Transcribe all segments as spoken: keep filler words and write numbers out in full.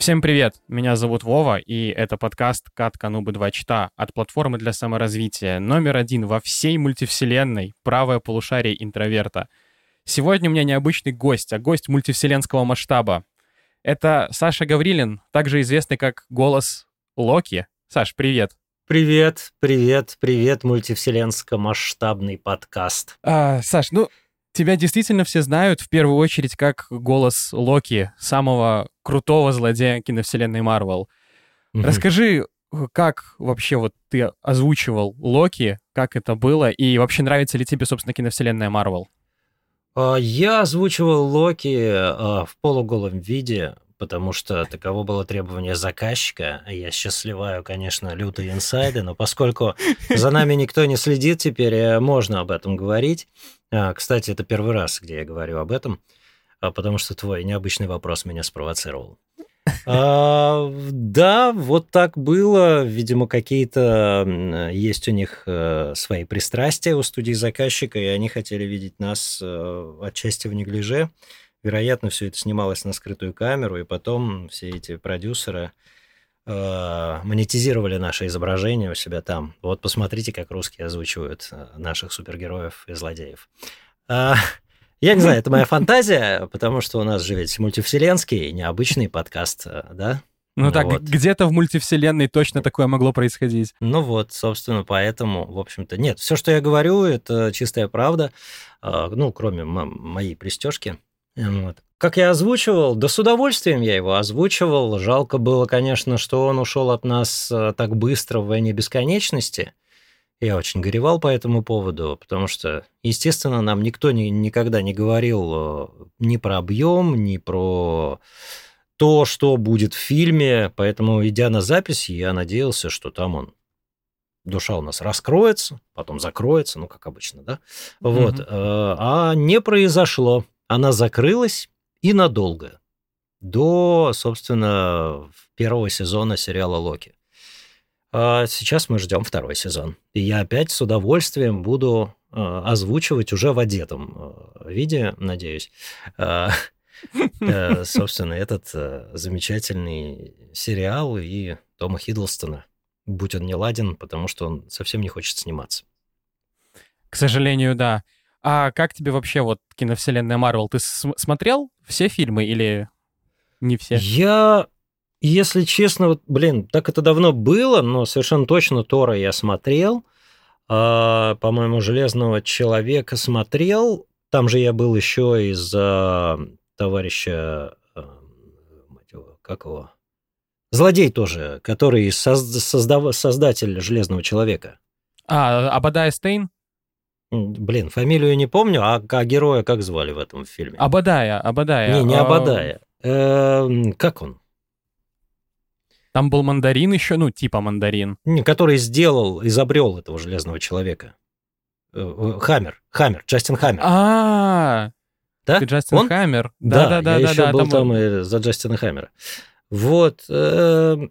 Всем привет, меня зовут Вова, и это подкаст «Катка Нубы два Чита» от платформы для саморазвития, номер один во всей мультивселенной, правое полушарие интроверта. Сегодня у меня необычный гость, а гость мультивселенского масштаба. Это Саша Гаврилин, также известный как голос Локи. Саш, привет. Привет, привет, привет, мультивселенско-масштабный подкаст. А, Саш, ну, тебя действительно все знают в первую очередь как голос Локи, самого крутого злодея киновселенной Марвел. Мгм. Расскажи, как вообще вот ты озвучивал Локи, как это было, и вообще нравится ли тебе, собственно, киновселенная Марвел? А, Я озвучивал Локи а, в полуголом виде, потому что таково было требование заказчика. Я сейчас сливаю, конечно, лютые инсайды, но поскольку за нами никто не следит теперь, э, можно об этом говорить. А, Кстати, это первый раз, где я говорю об этом, а, потому что твой необычный вопрос меня спровоцировал. А, Да, вот так было. Видимо, какие-то м, есть у них э, свои пристрастия у студии заказчика, и они хотели видеть нас э, отчасти в неглиже. Вероятно, все это снималось на скрытую камеру, и потом все эти продюсеры э, монетизировали наше изображение у себя там. Вот посмотрите, как русские озвучивают э, наших супергероев и злодеев. А, Я не знаю, это моя фантазия, потому что у нас же ведь мультивселенский, необычный подкаст, э, да? Ну Ну так, вот. где-то в мультивселенной точно такое могло происходить. Ну вот, собственно, поэтому, в общем-то, нет, все, что я говорю, это чистая правда, а, ну, кроме м- моей пристежки. Вот. Как я озвучивал, да с удовольствием я его озвучивал. Жалко было, конечно, что он ушел от нас э, так быстро в «Войне бесконечности». Я очень горевал по этому поводу, потому что, естественно, нам никто ни- никогда не говорил э, ни про объем, ни про то, что будет в фильме. Поэтому, идя на запись, я надеялся, что там он, душа у нас раскроется, потом закроется, ну, как обычно, да? Вот. Мгм. э, А не произошло. Она закрылась и надолго. До, собственно, первого сезона сериала «Локи». А сейчас мы ждем второй сезон. И я опять с удовольствием буду э, озвучивать уже в одетом э, виде, надеюсь, э, э, собственно, этот э, замечательный сериал и Тома Хиддлстона, будь он не ладен, потому что он совсем не хочет сниматься. К сожалению, да. А как тебе вообще вот киновселенная Марвел? Ты см- смотрел все фильмы или не все? Я, если честно, вот, блин, так это давно было, но совершенно точно Тора я смотрел. А, по-моему, Железного человека смотрел. Там же я был еще из-за товарища, а, мать его, как его? Злодей тоже, который соз- создав- создатель Железного человека. А, Абадая Стейн? М, Блин, фамилию не помню, а, а героя как звали в этом фильме? Абадая, Не, Абадая. не А, Абадая. Эм, Как он? Там был мандарин еще, ну, типа мандарин. Не, Который сделал, изобрел этого Железного человека. Э, э, Хаммер, Хаммер, Джастин Хаммер. А, ты Да? Джастин Он? Хаммер. Да, я еще Да-да-да-да-да. был Там... там э, и за Джастина Хаммера. Вот. эм,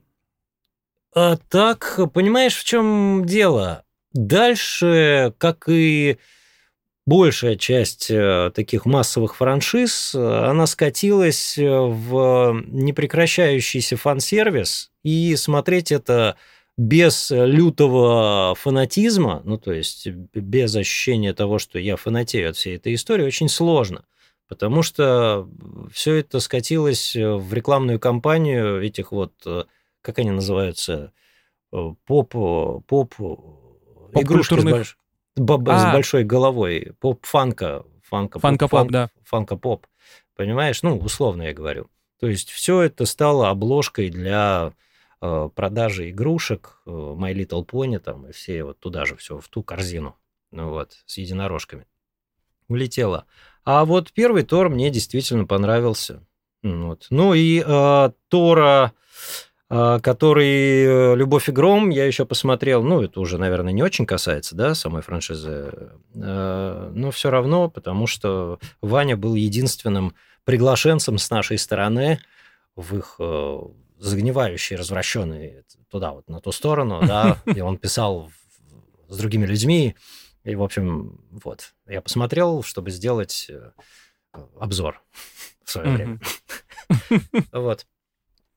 А так, понимаешь, в чем дело? Дальше, как и большая часть э, таких массовых франшиз, э, она скатилась э, в непрекращающийся фан-сервис, и смотреть это без э, лютого фанатизма, ну, то есть б- без ощущения того, что я фанатею от всей этой истории, очень сложно. Потому что все это скатилось э, в рекламную кампанию этих вот, э, как они называются, э, поп, э, поп, э, игрушки с, Поп-культурных... больш- боб- с А, большой головой, поп-фанка, фанка, поп, фанка-поп, фанк, да. фанка-поп, понимаешь? Ну, условно я говорю. То есть все это стало обложкой для э, продажи игрушек, э, My Little Pony там, и все вот туда же, все в ту корзину, ну вот, с единорожками улетело. А вот первый Тор мне действительно понравился. М, Вот. Ну и э, Тора, э, который э, «Любовь и гром» я еще посмотрел. Ну, это уже, наверное, не очень касается, да, самой франшизы. Э, но все равно, потому что Ваня был единственным приглашенцем с нашей стороны в их э, загнивающий, развращенный туда вот, на ту сторону, да, и он писал в- с другими людьми, и, в общем, вот, я посмотрел, чтобы сделать э, обзор в свое время. Мгм. Вот.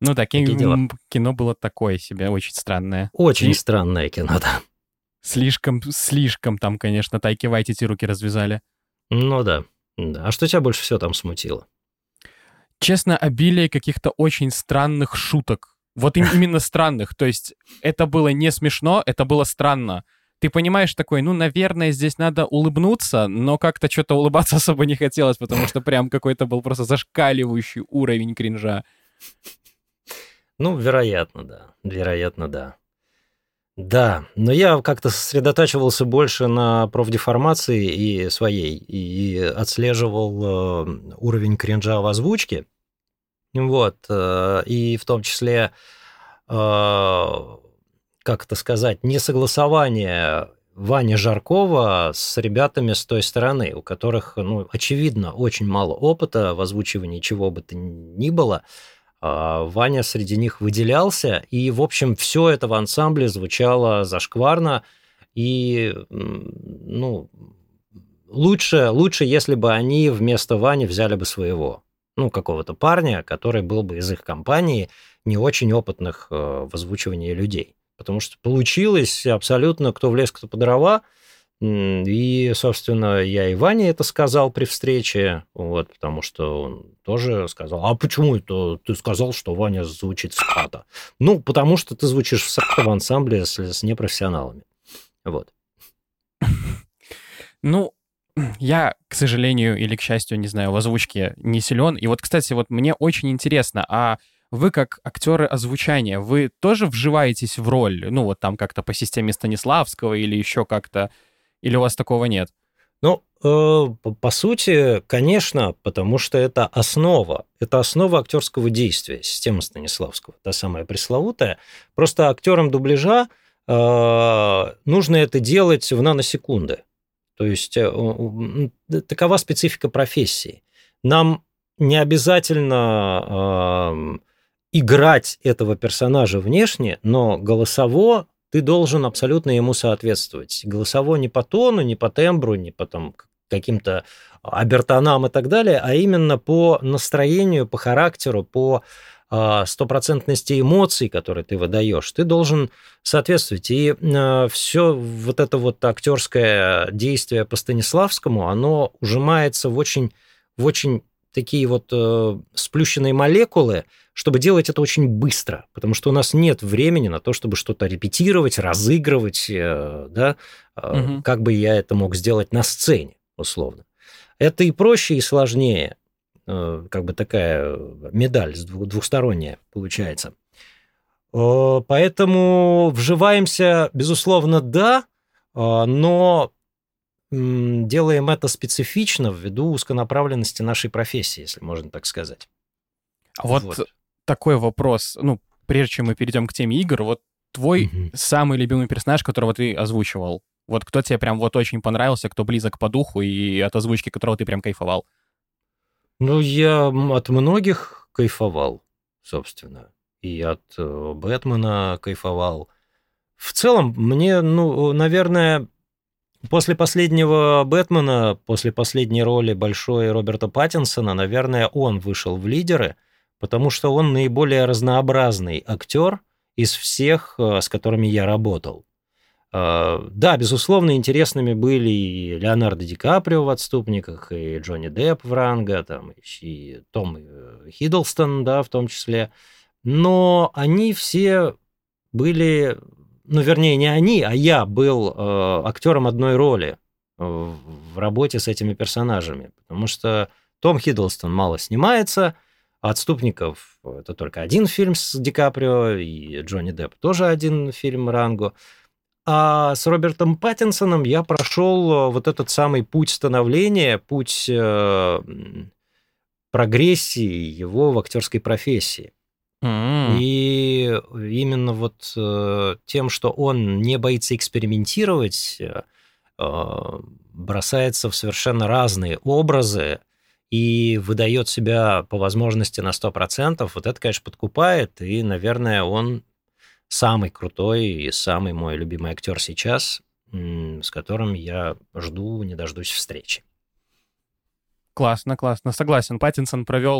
Ну да, Такие дела. кино, кино было такое себе, очень странное. Очень И странное кино, да. слишком, слишком там, конечно, Тайки Вайтити руки развязали. Ну да. Да. А что тебя больше всего там смутило? Честно, обилие каких-то очень странных шуток. Вот им, именно странных. То есть это было не смешно, это было странно. Ты понимаешь такой, ну, наверное, здесь надо улыбнуться, но как-то что-то улыбаться особо не хотелось, потому что прям какой-то был просто зашкаливающий уровень кринжа. Ну, вероятно, да. Вероятно, да. Да, но я как-то сосредотачивался больше на профдеформации и своей, и отслеживал э, уровень кринжа в озвучке. Вот, э, и в том числе, э, как это сказать, несогласование Вани Жаркова с ребятами с той стороны, у которых, ну, очевидно, очень мало опыта в озвучивании чего бы то ни было. А Ваня среди них выделялся, и, в общем, все это в ансамбле звучало зашкварно, и, ну, лучше, лучше, если бы они вместо Вани взяли бы своего, ну, какого-то парня, который был бы из их компании, не очень опытных э, в озвучивании людей. Потому что получилось абсолютно кто в лес, кто по дрова. И, собственно, я и Ване это сказал при встрече, вот, потому что он тоже сказал, а почему это ты сказал, что Ваня звучит срато? Ну, потому что ты звучишь срато в ансамбле с, с непрофессионалами. Вот. Ну, я, к сожалению или к счастью, не знаю, в озвучке не силен. И вот, кстати, вот мне очень интересно, а вы как актеры озвучания, вы тоже вживаетесь в роль? Ну, вот там как-то по системе Станиславского или еще как-то? Или у вас такого нет? Ну, э, по, по сути, конечно, потому что это основа. Это основа актерского действия, система Станиславского, та самая пресловутая. Просто актерам дубляжа э, нужно это делать в наносекунды. То есть э, такова специфика профессии. Нам не обязательно э, играть этого персонажа внешне, но голосово ты должен абсолютно ему соответствовать. Голосово не по тону, не по тембру, не по там, каким-то обертонам и так далее, а именно по настроению, по характеру, по стопроцентности эмоций, которые ты выдаешь, ты должен соответствовать. И э, все вот это вот актерское действие по Станиславскому, оно ужимается в очень, в очень такие вот э, сплющенные молекулы, чтобы делать это очень быстро, потому что у нас нет времени на то, чтобы что-то репетировать, разыгрывать, э, да, э, Угу. как бы я это мог сделать на сцене, условно. Это и проще, и сложнее. Как бы такая медаль двухсторонняя получается. Поэтому вживаемся, безусловно, да, но делаем это специфично ввиду узконаправленности нашей профессии, если можно так сказать. А вот, вот такой вопрос. Ну, прежде чем мы перейдем к теме игр, вот твой угу. самый любимый персонаж, которого ты озвучивал, вот кто тебе прям вот очень понравился, кто близок по духу и от озвучки которого ты прям кайфовал? Ну, я от многих кайфовал, собственно. И от э, Бэтмена кайфовал. В целом, мне, ну, наверное, после последнего Бэтмена, после последней роли большой Роберта Паттинсона, наверное, он вышел в лидеры, потому что он наиболее разнообразный актер из всех, с которыми я работал. Да, безусловно, интересными были и Леонардо Ди Каприо в «Отступниках», и Джонни Депп в «Ранго», там, и Том Хиддлстон, да, в том числе. Но они все были, ну, вернее, не они, а я был э, актером одной роли в работе с этими персонажами, потому что Том Хиддлстон мало снимается, а «Отступников» — это только один фильм с Ди Каприо, и Джонни Депп тоже один фильм «Ранго». А с Робертом Паттинсоном я прошел вот этот самый путь становления, путь э, прогрессии его в актерской профессии. Mm-hmm. И именно вот э, тем, что он не боится экспериментировать, э, бросается в совершенно разные образы и выдает себя по возможности на сто процентов, вот это, конечно, подкупает, и, наверное, он самый крутой и самый мой любимый актер сейчас, с которым я жду, не дождусь встречи. Классно, классно. Согласен. Паттинсон провел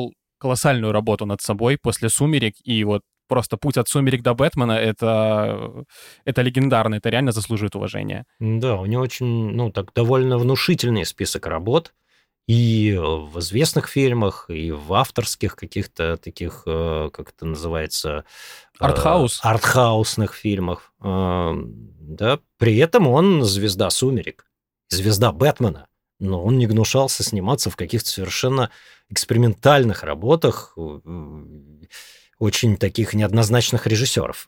колоссальную работу над собой после «Сумерек», и вот просто путь от «Сумерек» до «Бэтмена» — это, это легендарно, это реально заслуживает уважения. Да, у него очень, ну, так довольно внушительный список работ, и в известных фильмах, и в авторских каких-то таких, как это называется... Артхаус. Артхаусных фильмах. Да, при этом он звезда «Сумерек», звезда «Бэтмена», но он не гнушался сниматься в каких-то совершенно экспериментальных работах очень таких неоднозначных режиссеров.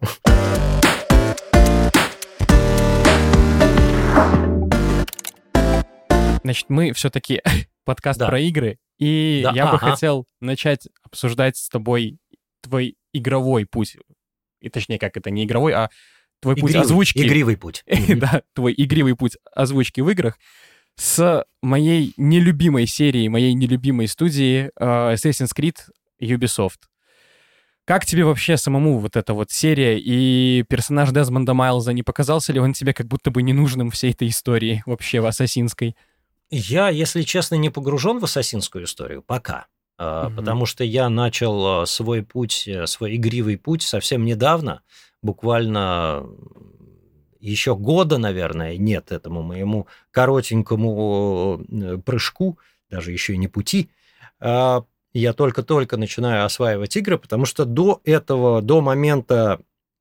Значит, мы все-таки подкаст Да. про игры, и Да, я бы ага. хотел начать обсуждать с тобой твой игровой путь. И точнее, как это, не игровой, а твой Игривый, путь озвучки. игривый путь. Да, твой игривый путь озвучки в играх с моей нелюбимой серии, моей нелюбимой студии uh, Assassin's Creed Ubisoft. Как тебе вообще самому вот эта вот серия и персонаж Дезмонда Майлза, не показался ли он тебе как будто бы ненужным всей этой истории вообще в ассасинской? Я, если честно, не погружен в ассасинскую историю пока, Мгм. потому что я начал свой путь, свой игривый путь совсем недавно, буквально еще года, наверное, нет этому моему коротенькому прыжку, даже еще и не пути. Я только-только начинаю осваивать игры, потому что до этого, до момента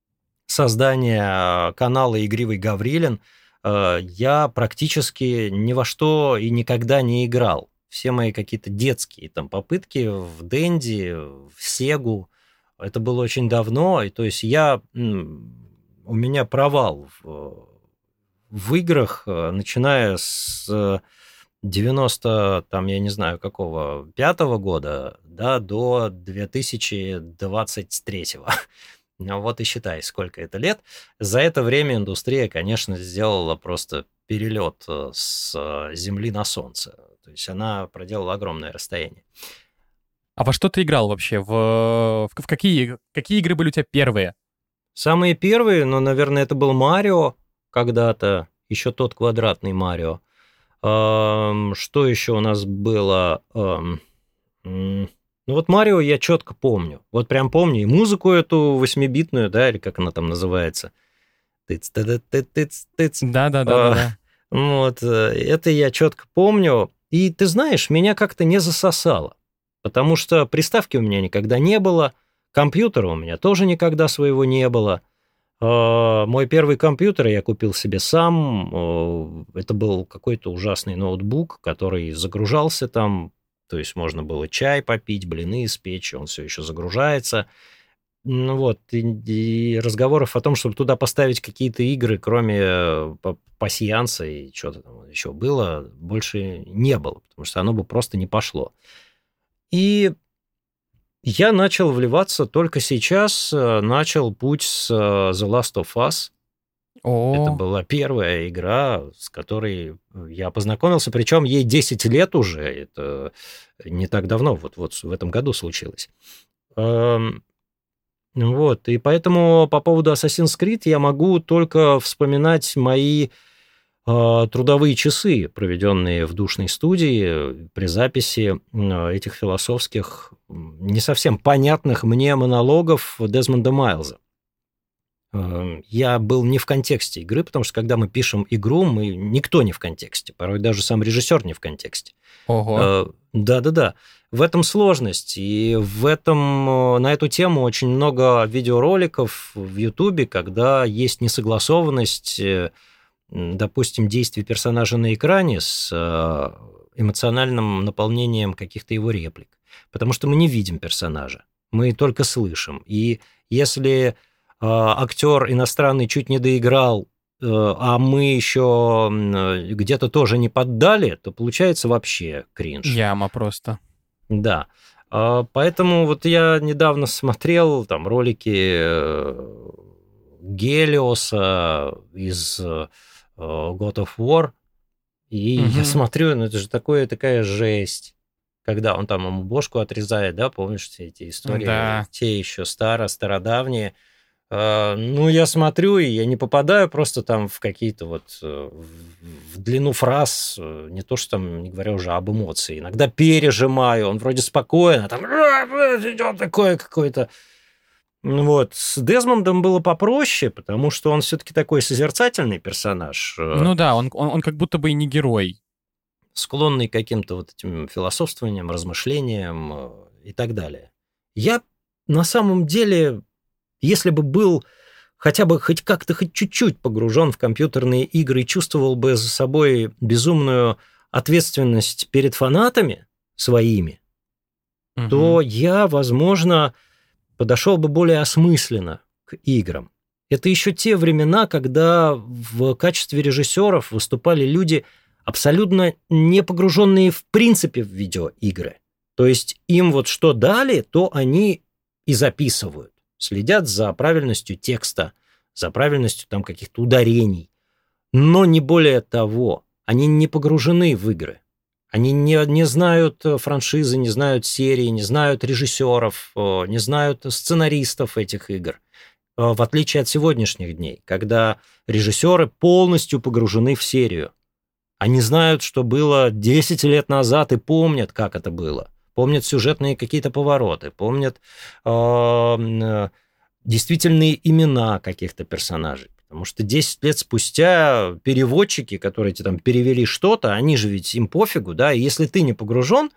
создания канала «Игривый Гаврилин» я практически ни во что и никогда не играл. Все мои какие-то детские там попытки в Денди, в Сегу, это было очень давно, и то есть я, у меня провал в, в играх, начиная с девяносто, там, я не знаю, какого, пятого года, да, до две тысячи двадцать третьего. Вот и считай, сколько это лет. За это время индустрия, конечно, сделала просто перелет с Земли на Солнце. То есть она проделала огромное расстояние. А во что ты играл вообще? В, в, в какие, какие игры были у тебя первые? Самые первые, ну, наверное, это был Марио когда-то, еще тот квадратный Марио. Что еще у нас было? Ну вот Марио я четко помню. Вот прям помню. И музыку эту восьмибитную, да, или как она там называется. Тыц-тыц-тыц-тыц. Да-да-да. Вот, это я четко помню. И ты знаешь, меня как-то не засосало. Потому что приставки у меня никогда не было. Компьютера у меня тоже никогда своего не было. Мой первый компьютер я купил себе сам. Это был какой-то ужасный ноутбук, который загружался там. То есть можно было чай попить, блины испечь, он все еще загружается. Ну вот, и, и разговоров о том, чтобы туда поставить какие-то игры, кроме пасьянса и что-то там еще было, больше не было, потому что оно бы просто не пошло. И я начал вливаться только сейчас, начал путь с The Last of Us. О. Это была первая игра, с которой я познакомился, причем ей десять лет уже, это не так давно, вот, вот в этом году случилось. Вот, и поэтому по поводу Assassin's Creed я могу только вспоминать мои трудовые часы, проведенные в душной студии при записи этих философских, не совсем понятных мне монологов Дезмонда Майлза. Я был не в контексте игры, потому что когда мы пишем игру, мы никто не в контексте, порой даже сам режиссер не в контексте. Ого. Да-да-да. В этом сложность, и в этом, на эту тему очень много видеороликов в Ютубе, когда есть несогласованность, допустим, действий персонажа на экране с эмоциональным наполнением каких-то его реплик. Потому что мы не видим персонажа, мы только слышим. И если актер иностранный чуть не доиграл, а мы еще где-то тоже не поддали, то получается вообще кринж. Яма просто. Да. Поэтому вот я недавно смотрел там ролики Гелиоса из God of War, и угу. я смотрю, ну это же такое, такая жесть. Когда он там ему бошку отрезает, да, помнишь все эти истории? Да. Те еще старо, стародавние. э, ну, я смотрю, и я не попадаю просто там в какие-то вот... э, в, в длину фраз, э, не то, что там, не говоря уже об эмоции. Иногда пережимаю, он вроде спокойно, а там идет такое какое-то... Ну Вот. С Дезмондом было попроще, потому что он все-таки такой созерцательный персонаж, э, Ну да, он, он, он как будто бы и не герой. склонный к каким-то вот этим философствованиям, размышлениям э, и так далее. Я на самом деле, если бы был хотя бы хоть как-то, хоть чуть-чуть погружен в компьютерные игры и чувствовал бы за собой безумную ответственность перед фанатами своими, Мгм. то я, возможно, подошел бы более осмысленно к играм. Это еще те времена, когда в качестве режиссеров выступали люди, абсолютно не погруженные в принципе в видеоигры. То есть им вот что дали, то они и записывают. Следят за правильностью текста, за правильностью там каких-то ударений. Но не более того, они не погружены в игры. Они не, не знают э, франшизы, не знают серии, не знают режиссеров, э, не знают сценаристов этих игр. Э, В отличие от сегодняшних дней, когда режиссеры полностью погружены в серию. Они знают, что было десять лет назад и помнят, как это было. Помнят сюжетные какие-то повороты, помнят э, э, действительные имена каких-то персонажей. Потому что десять лет спустя переводчики, которые тебе там перевели что-то, они же ведь им пофигу, да, и если ты не погружен,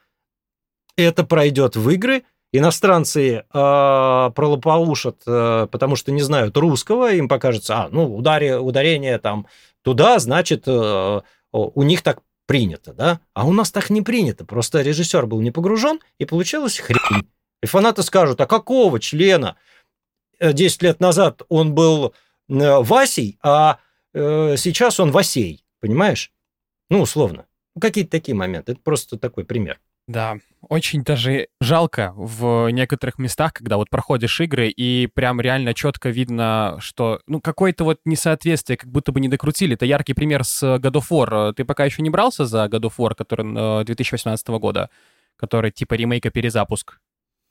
это пройдет в игры, иностранцы э, пролопоушат, э, потому что не знают русского, им покажется, а, ну, ударе, ударение там туда, значит, э, у них так принято, да, а у нас так не принято, просто режиссер был не погружен, и получилась хрень. И фанаты скажут, а какого члена десять лет назад он был Васей, а э, сейчас он Васей, понимаешь? Ну, условно. Ну, какие-то такие моменты. Это просто такой пример. Да, очень даже жалко в некоторых местах, когда вот проходишь игры, и прям реально четко видно, что, ну, какое-то вот несоответствие, как будто бы не докрутили. Это яркий пример с God of War. Ты пока еще не брался за God of War, который э, две тысячи восемнадцатого года, который типа ремейка перезапуск?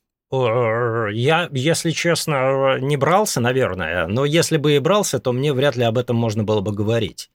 Я, если честно, не брался, наверное, но если бы и брался, то мне вряд ли об этом можно было бы говорить.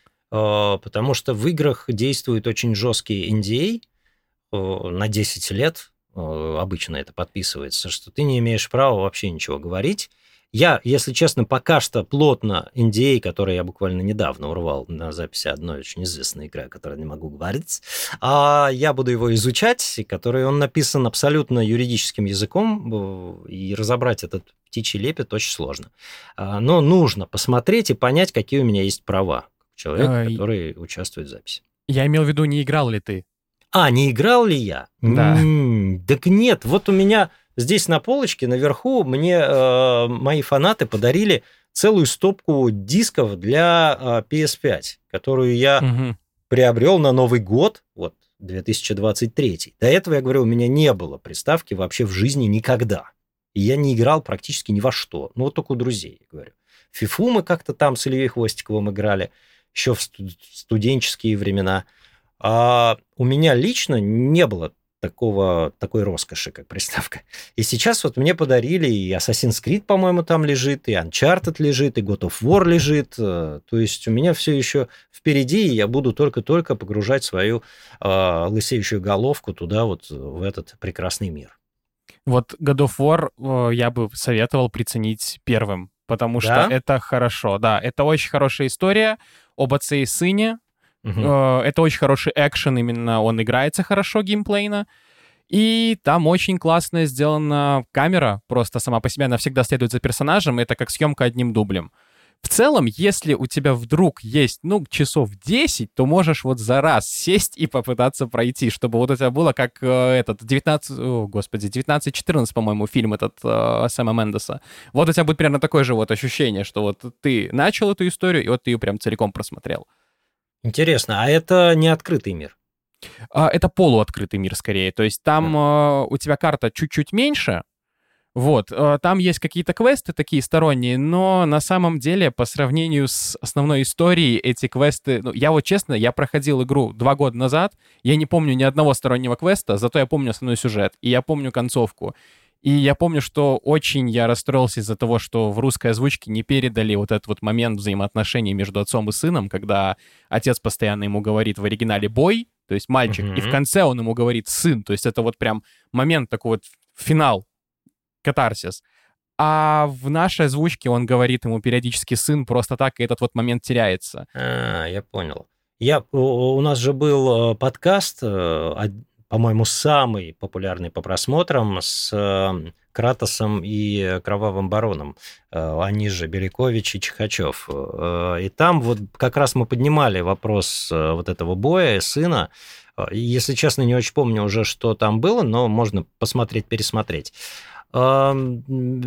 Э, Потому что в играх действует очень жесткий эн ди эй, э, на десять лет, э, обычно это подписывается, что ты не имеешь права вообще ничего говорить. Я, если честно, пока что плотно эн ди эй, который я буквально недавно урвал на записи одной очень известной игры, о которой не могу говорить, а я буду его изучать, и который он написан абсолютно юридическим языком, э, и разобрать этот птичий лепет очень сложно. А, Но нужно посмотреть и понять, какие у меня есть права человека, Э, который участвует в записи. Я имел в виду, не играл ли ты? А, не играл ли я? Да. М, Так нет, вот у меня здесь на полочке наверху мне э, мои фанаты подарили целую стопку дисков для э, пи эс пять, которую я Мгм. приобрел на Новый год, вот, две тысячи двадцать третий. До этого, я говорю, у меня не было приставки вообще в жизни никогда. И я не играл практически ни во что. Ну, вот только у друзей, я говорю. В фифу мы как-то там с Ильей Хвостиковым играли, еще в студ- студенческие времена. А у меня лично не было такого, такой роскоши, как приставка. И сейчас вот мне подарили, и Assassin's Creed, по-моему, там лежит, и Uncharted лежит, и God of War лежит. Э, То есть у меня все еще впереди, и я буду только-только погружать свою э, лысеющую головку туда, вот в этот прекрасный мир. Вот God of War э, я бы советовал приценить первым, потому что Да? это хорошо. Да, это очень хорошая история об отце и сыне. Мгм. Э, Это очень хороший экшен, именно он играется хорошо геймплейно. И там очень классно сделана камера, просто сама по себе она всегда следует за персонажем, это как съемка одним дублем. В целом, если у тебя вдруг есть, ну, часов десять, то можешь вот за раз сесть и попытаться пройти, чтобы вот у тебя было как э, этот девятнадцать, о, господи, девятнадцать четырнадцать, по-моему, фильм этот э, Сэма Мендеса. Вот у тебя будет примерно такое же вот ощущение, что вот ты начал эту историю, и вот ты ее прям целиком просмотрел. Интересно, а это не открытый мир? А, Это полуоткрытый мир скорее. То есть там э, у тебя карта чуть-чуть меньше. Вот, э, там есть какие-то квесты такие сторонние, но на самом деле по сравнению с основной историей эти квесты... Ну, я вот честно, я проходил игру два года назад, я не помню ни одного стороннего квеста, зато я помню основной сюжет, и я помню концовку. И я помню, что очень я расстроился из-за того, что в русской озвучке не передали вот этот вот момент взаимоотношений между отцом и сыном, когда отец постоянно ему говорит в оригинале «бой», то есть мальчик, Мгм. и в конце он ему говорит «сын», то есть это вот прям момент такой вот финал, катарсис. А в нашей озвучке он говорит ему периодически «сын» просто так, и этот вот момент теряется. А, я понял. Я, у, у нас же был э, подкаст, э, од- по-моему, самый популярный по просмотрам с э, Кратосом и Кровавым Бароном. Э, они же Белякович и Чихачев. Э, и там вот как раз мы поднимали вопрос э, вот этого боя и сына. Э, Если честно, не очень помню уже, что там было, но можно посмотреть, пересмотреть. Ам,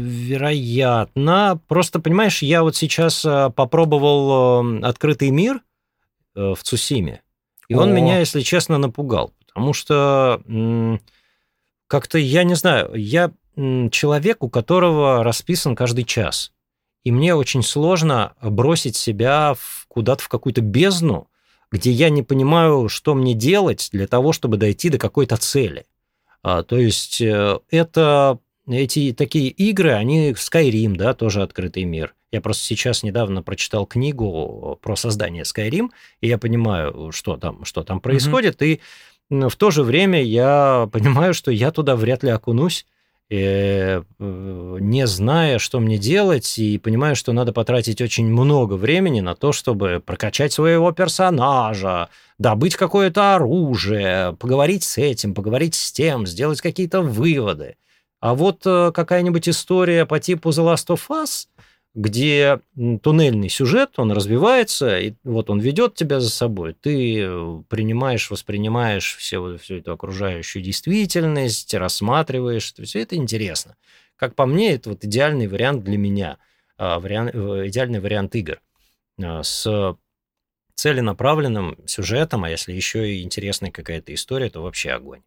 Вероятно. Просто, понимаешь, я вот сейчас э, попробовал э, открытый мир э, в Цусиме, и он меня, О, если честно, напугал. Потому что м, как-то, я не знаю, я м, человек, у которого расписан каждый час. И мне очень сложно бросить себя в, куда-то в какую-то бездну, где я не понимаю, что мне делать для того, чтобы дойти до какой-то цели. А, то есть э, это эти такие игры, они Skyrim, да, тоже открытый мир. Я просто сейчас недавно прочитал книгу про создание Skyrim, и я понимаю, что там, что там мгм. происходит, и м, в то же время я понимаю, что я туда вряд ли окунусь, э, э, не зная, что мне делать, и понимаю, что надо потратить очень много времени на то, чтобы прокачать своего персонажа, добыть какое-то оружие, поговорить с этим, поговорить с тем, сделать какие-то выводы. А вот э, какая-нибудь история по типу The Last of Us, где м, туннельный сюжет, он развивается, и вот он ведет тебя за собой, ты э, принимаешь, воспринимаешь все, всю эту окружающую действительность, рассматриваешь, все это интересно. Как по мне, это вот идеальный вариант для меня, а, вариан- э, идеальный вариант игр а, с целенаправленным сюжетом, а если еще и интересная какая-то история, то вообще огонь.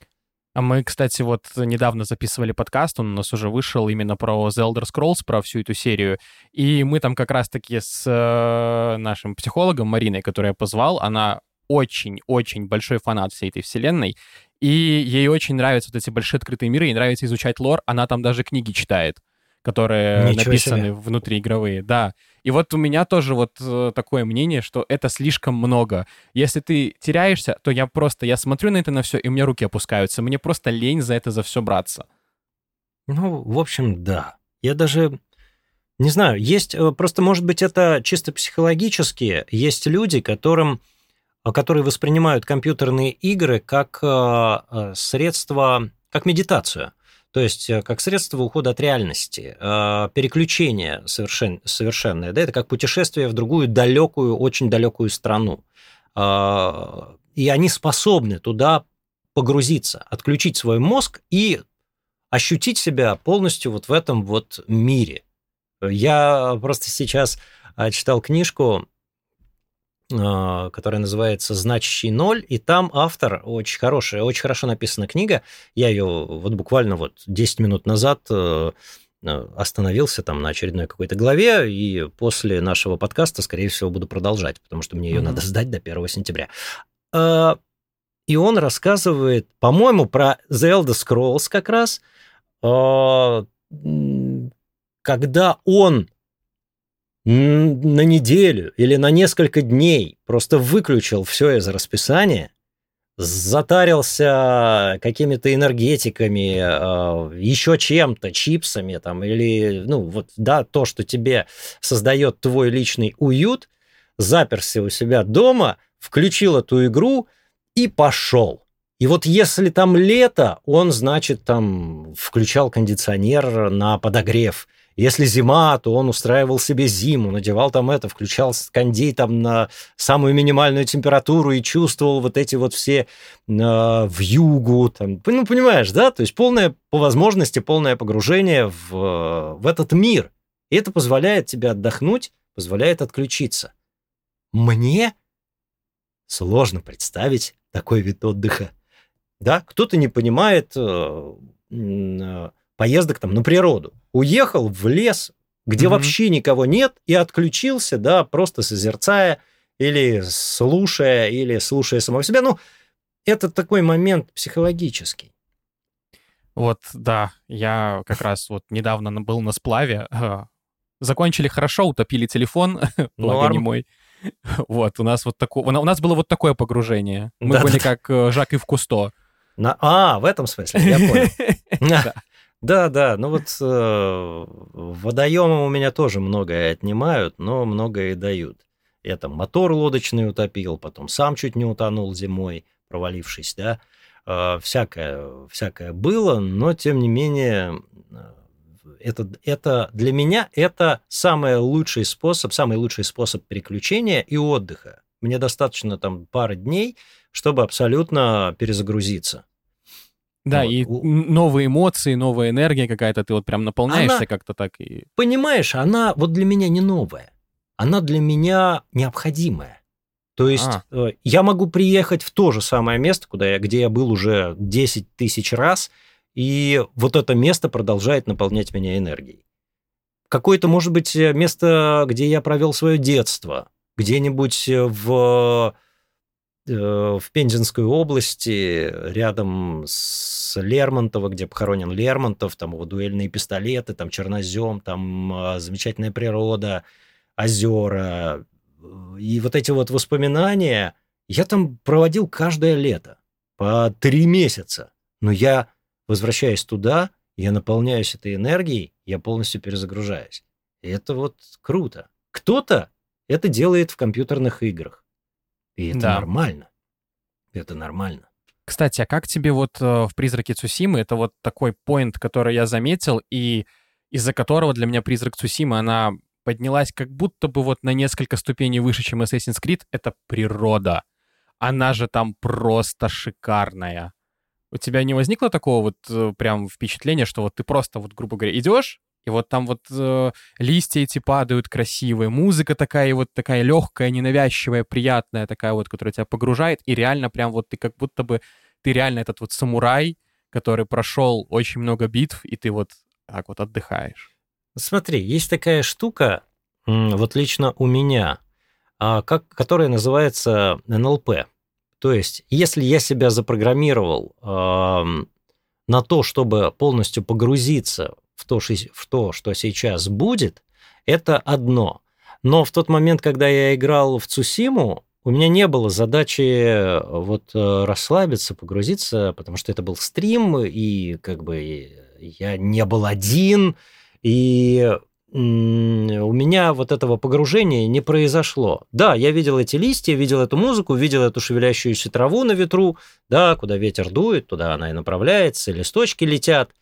А мы, кстати, вот недавно записывали подкаст, он у нас уже вышел именно про The Elder Scrolls, про всю эту серию, и мы там как раз-таки с э, нашим психологом Мариной, которую я позвал, она очень-очень большой фанат всей этой вселенной, и ей очень нравятся вот эти большие открытые миры, ей нравится изучать лор, она там даже книги читает, которые Ничего себе. написаны внутриигровые, да. И вот у меня тоже вот э, такое мнение, что это слишком много. Если ты теряешься, то я просто, я смотрю на это на все, и у меня руки опускаются. Мне просто лень за это за все браться. Ну, в общем, да. Я даже не знаю, есть, э, просто, может быть, это чисто психологически. Есть люди, которым, а, которые воспринимают компьютерные игры как э, э, средство, как медитацию. То есть, э, как средство ухода от реальности, э, переключение совершен, совершенное. Да, это как путешествие в другую далекую, очень далекую страну. А, И они способны туда погрузиться, отключить свой мозг и ощутить себя полностью вот в этом вот мире. Я просто сейчас а, читал книжку, а, которая называется «Значащий ноль», и там автор, очень хорошая, очень хорошо написана книга, я ее вот буквально вот десять минут назад э, э, остановился там на очередной какой-то главе, и после нашего подкаста, скорее всего, буду продолжать, потому что мне ее надо Мгм. сдать до первого сентября. А, И он рассказывает, по-моему, про The Elder Scrolls как раз, а, м, когда он м, на неделю или на несколько дней просто выключил все из расписания, затарился какими-то энергетиками, а, еще чем-то, чипсами там, или, ну, вот, да, то, что тебе создает твой личный уют, заперся у себя дома, включил эту игру и пошел. И вот если там лето, он, значит, там включал кондиционер на подогрев. Если зима, то он устраивал себе зиму, надевал там это, включал кондей там на самую минимальную температуру и чувствовал вот эти вот все э, вьюгу. Там, ну, понимаешь, да? То есть полное, по возможности, полное погружение в, в этот мир. И это позволяет тебе отдохнуть, позволяет отключиться. Мне сложно представить такой вид отдыха. Да, кто-то не понимает э, э, поездок там на природу. Уехал в лес, где Мгм. вообще никого нет, и отключился, да, просто созерцая или слушая, или слушая самого себя. Ну, это такой момент психологический. Вот, да, я как раз вот недавно на- был на сплаве. э, Закончили хорошо, утопили телефон, благо не Норм. мой. Вот, у нас вот такое, у нас было вот такое погружение. Мы были Да-да-да. как э, Жак и в Кусто. На... А, в этом смысле, я понял. Да. Да, да, ну вот э, водоемы у меня тоже многое отнимают, но многое и дают. Я там мотор лодочный утопил, потом сам чуть не утонул зимой, провалившись, да. Э, всякое, всякое было, но тем не менее, э, это, это для меня это самый лучший способ, самый лучший способ переключения и отдыха. Мне достаточно там пары дней, чтобы абсолютно перезагрузиться. Да, Вот. и н- новые эмоции, новая энергия какая-то, ты вот прям наполняешься Она, как-то так и... понимаешь, она вот для меня не новая. Она для меня необходимая. То есть А, э, я могу приехать в то же самое место, куда я, где я был уже десять тысяч раз, и вот это место продолжает наполнять меня энергией. Какое-то, может быть, э, место, где я провел свое детство, где-нибудь э, в, э, в Пензенской области, рядом с Лермонтово, где похоронен Лермонтов, там его дуэльные пистолеты, там чернозем, там э, замечательная природа, озера. И вот эти вот воспоминания я там проводил каждое лето по три месяца. Но я, возвращаясь туда, я наполняюсь этой энергией, я полностью перезагружаюсь. И это вот круто. Кто-то это делает в компьютерных играх. И это да. нормально. Это нормально. Кстати, а как тебе вот э, в «Призраке Цусимы» это вот такой поинт, который я заметил, и из-за которого для меня «Призрак Цусимы» она поднялась как будто бы вот на несколько ступеней выше, чем Assassin's Creed, это природа. Она же там просто шикарная. У тебя не возникло такого вот э, прям впечатления, что вот ты просто вот, грубо говоря, идешь, и вот там вот э, листья эти падают красивые, музыка такая вот такая легкая, ненавязчивая, приятная такая вот, которая тебя погружает, и реально прям вот ты как будто бы, ты реально этот вот самурай, который прошел очень много битв, и ты вот так вот отдыхаешь. Смотри, есть такая штука, м, вот лично у меня, а, как, которая называется эн эл пэ. То есть, если я себя запрограммировал ам, на то, чтобы полностью погрузиться в то, ши- в то, что сейчас будет, это одно. Но в тот момент, когда я играл в Цусиму, у меня не было задачи э, вот э, расслабиться, погрузиться, потому что это был стрим, и как бы я не был один, и м, у меня вот этого погружения не произошло. Да, я видел эти листья, видел эту музыку, видел эту шевелящуюся траву на ветру, да, куда ветер дует, туда она и направляется, листочки летят.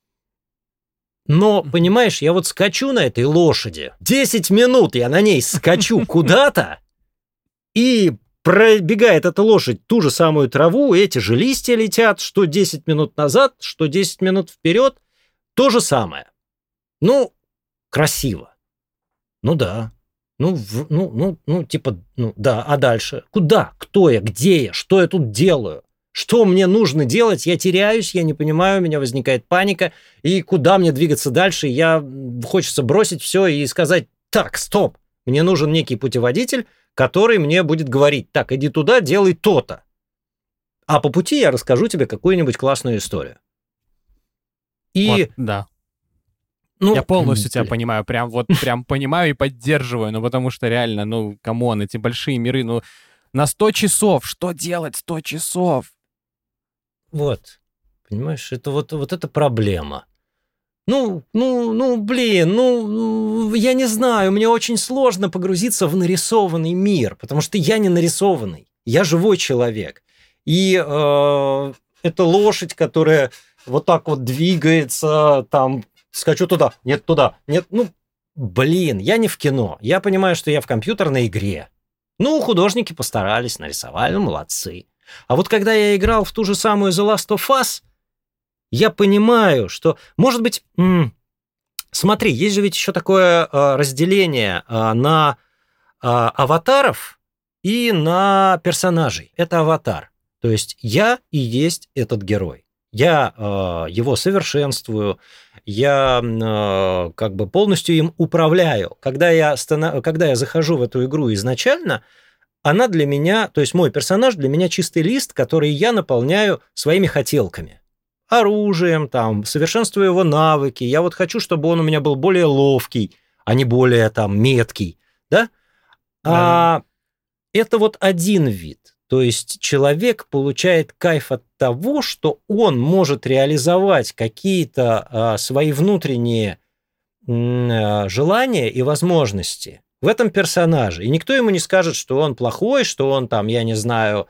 Но, Мгм. понимаешь, я вот скачу на этой лошади, десять минут я на ней скачу куда-то, и пробегает эта лошадь ту же самую траву, эти же листья летят, что десять минут назад, что десять минут вперед, то же самое. Ну, красиво. Ну да. Ну, в- ну, ну, ну, типа, ну да, а дальше? Куда? Кто я? Где я? Что я тут делаю? Что мне нужно делать? Я теряюсь, я не понимаю, у меня возникает паника. И куда мне двигаться дальше? Я м, хочется бросить все и сказать: так, стоп, мне нужен некий путеводитель, который мне будет говорить: так, иди туда, делай то-то. А по пути я расскажу тебе какую-нибудь классную историю. Вот, И, да. Я ну, полностью тебя блин, понимаю, прям вот прям понимаю и поддерживаю, ну потому что реально, ну, камон, эти большие миры, ну, на сто часов, что делать сто часов? вот, понимаешь, это вот, вот это проблема. Ну, ну, ну, блин, ну, ну, я не знаю, мне очень сложно погрузиться в нарисованный мир, потому что я не нарисованный, я живой человек. И э, это лошадь, которая вот так вот двигается, там, скачу туда, нет, туда, нет, ну, блин, я не в кино, я понимаю, что я в компьютерной игре. Ну, художники постарались, нарисовали, ну, молодцы. А вот когда я играл в ту же самую The Last of Us, я понимаю, что, может быть, м, смотри, есть же ведь еще такое э, разделение э, на э, аватаров и на персонажей. Это аватар. То есть я и есть этот герой. Я э, его совершенствую, я э, как бы полностью им управляю. Когда я, станов... Когда я захожу в эту игру изначально, она для меня, то есть мой персонаж для меня чистый лист, который я наполняю своими хотелками. оружием, там, совершенствую его навыки. Я вот хочу, чтобы он у меня был более ловкий, а не более там меткий, да? да. А это вот один вид. То есть человек получает кайф от того, что он может реализовать какие-то а, свои внутренние м, желания и возможности в этом персонаже. И никто ему не скажет, что он плохой, что он там, я не знаю,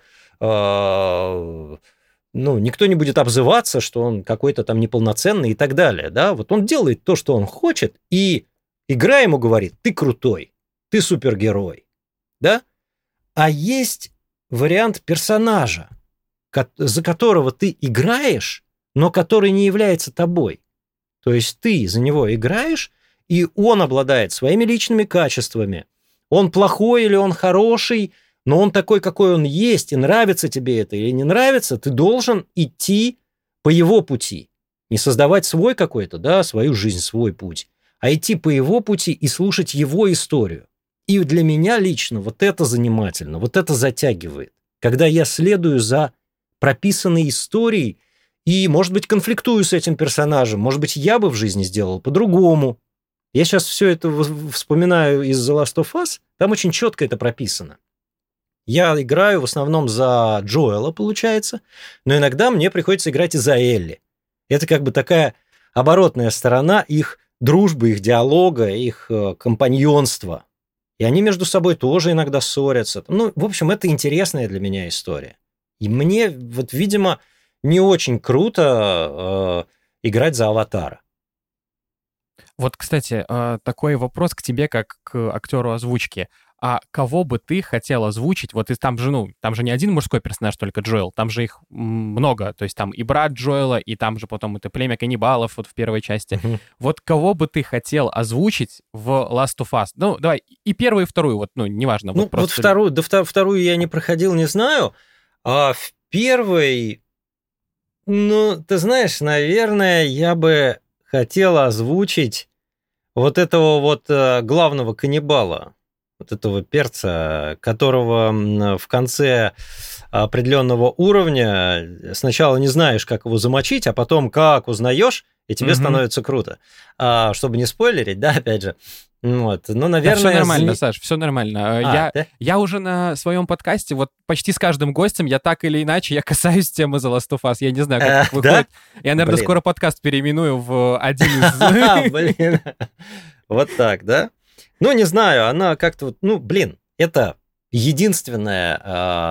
э, ну, никто не будет обзываться, что он какой-то там неполноценный и так далее. Да? Вот он делает то, что он хочет, и игра ему говорит: ты крутой, ты супергерой. Да? А есть вариант персонажа, за которого ты играешь, но который не является тобой. То есть ты за него играешь, и он обладает своими личными качествами. Он плохой или он хороший, но он такой, какой он есть, и нравится тебе это или не нравится, ты должен идти по его пути. Не создавать свой какой-то, да, свою жизнь, свой путь, а идти по его пути и слушать его историю. И для меня лично вот это занимательно, вот это затягивает. Когда я следую за прописанной историей и, может быть, конфликтую с этим персонажем, может быть, я бы в жизни сделал по-другому. Я сейчас все это вспоминаю из The Last of Us, там очень четко это прописано. Я играю в основном за Джоэла, получается, но иногда мне приходится играть и за Элли. Это как бы такая оборотная сторона их дружбы, их диалога, их компаньонства. И они между собой тоже иногда ссорятся. Ну, в общем, это интересная для меня история. И мне, вот, видимо, не очень круто э, играть за Аватара. Вот, кстати, такой вопрос к тебе, как к актеру озвучки. А кого бы ты хотел озвучить? Вот и там же, ну, там же не один мужской персонаж, только Джоэл, там же их много. То есть там и брат Джоэла, и там же потом это племя каннибалов вот в первой части. Uh-huh. Вот кого бы ты хотел озвучить в Last of Us? Ну, давай, и первую, и вторую, вот, ну, неважно. Ну, вот, просто... вот вторую, да, вторую я не проходил, не знаю. А в первой, ну, ты знаешь, наверное, я бы хотел озвучить вот этого вот главного каннибала. Вот этого перца, которого в конце определенного уровня сначала не знаешь, как его замочить, а потом как узнаешь, и тебе mm-hmm. становится круто. А, чтобы не спойлерить, да, опять же. Вот. Ну, наверное... Да, все нормально, Саш, все нормально. А, я, да? я уже на своем подкасте, вот почти с каждым гостем, я так или иначе, я касаюсь темы The Last of Us. Я не знаю, как а, выходит. Да? Я, наверное, Блин. скоро подкаст переименую в один из... Блин. Вот так, да? Ну, не знаю, она как-то вот, ну, блин, это единственная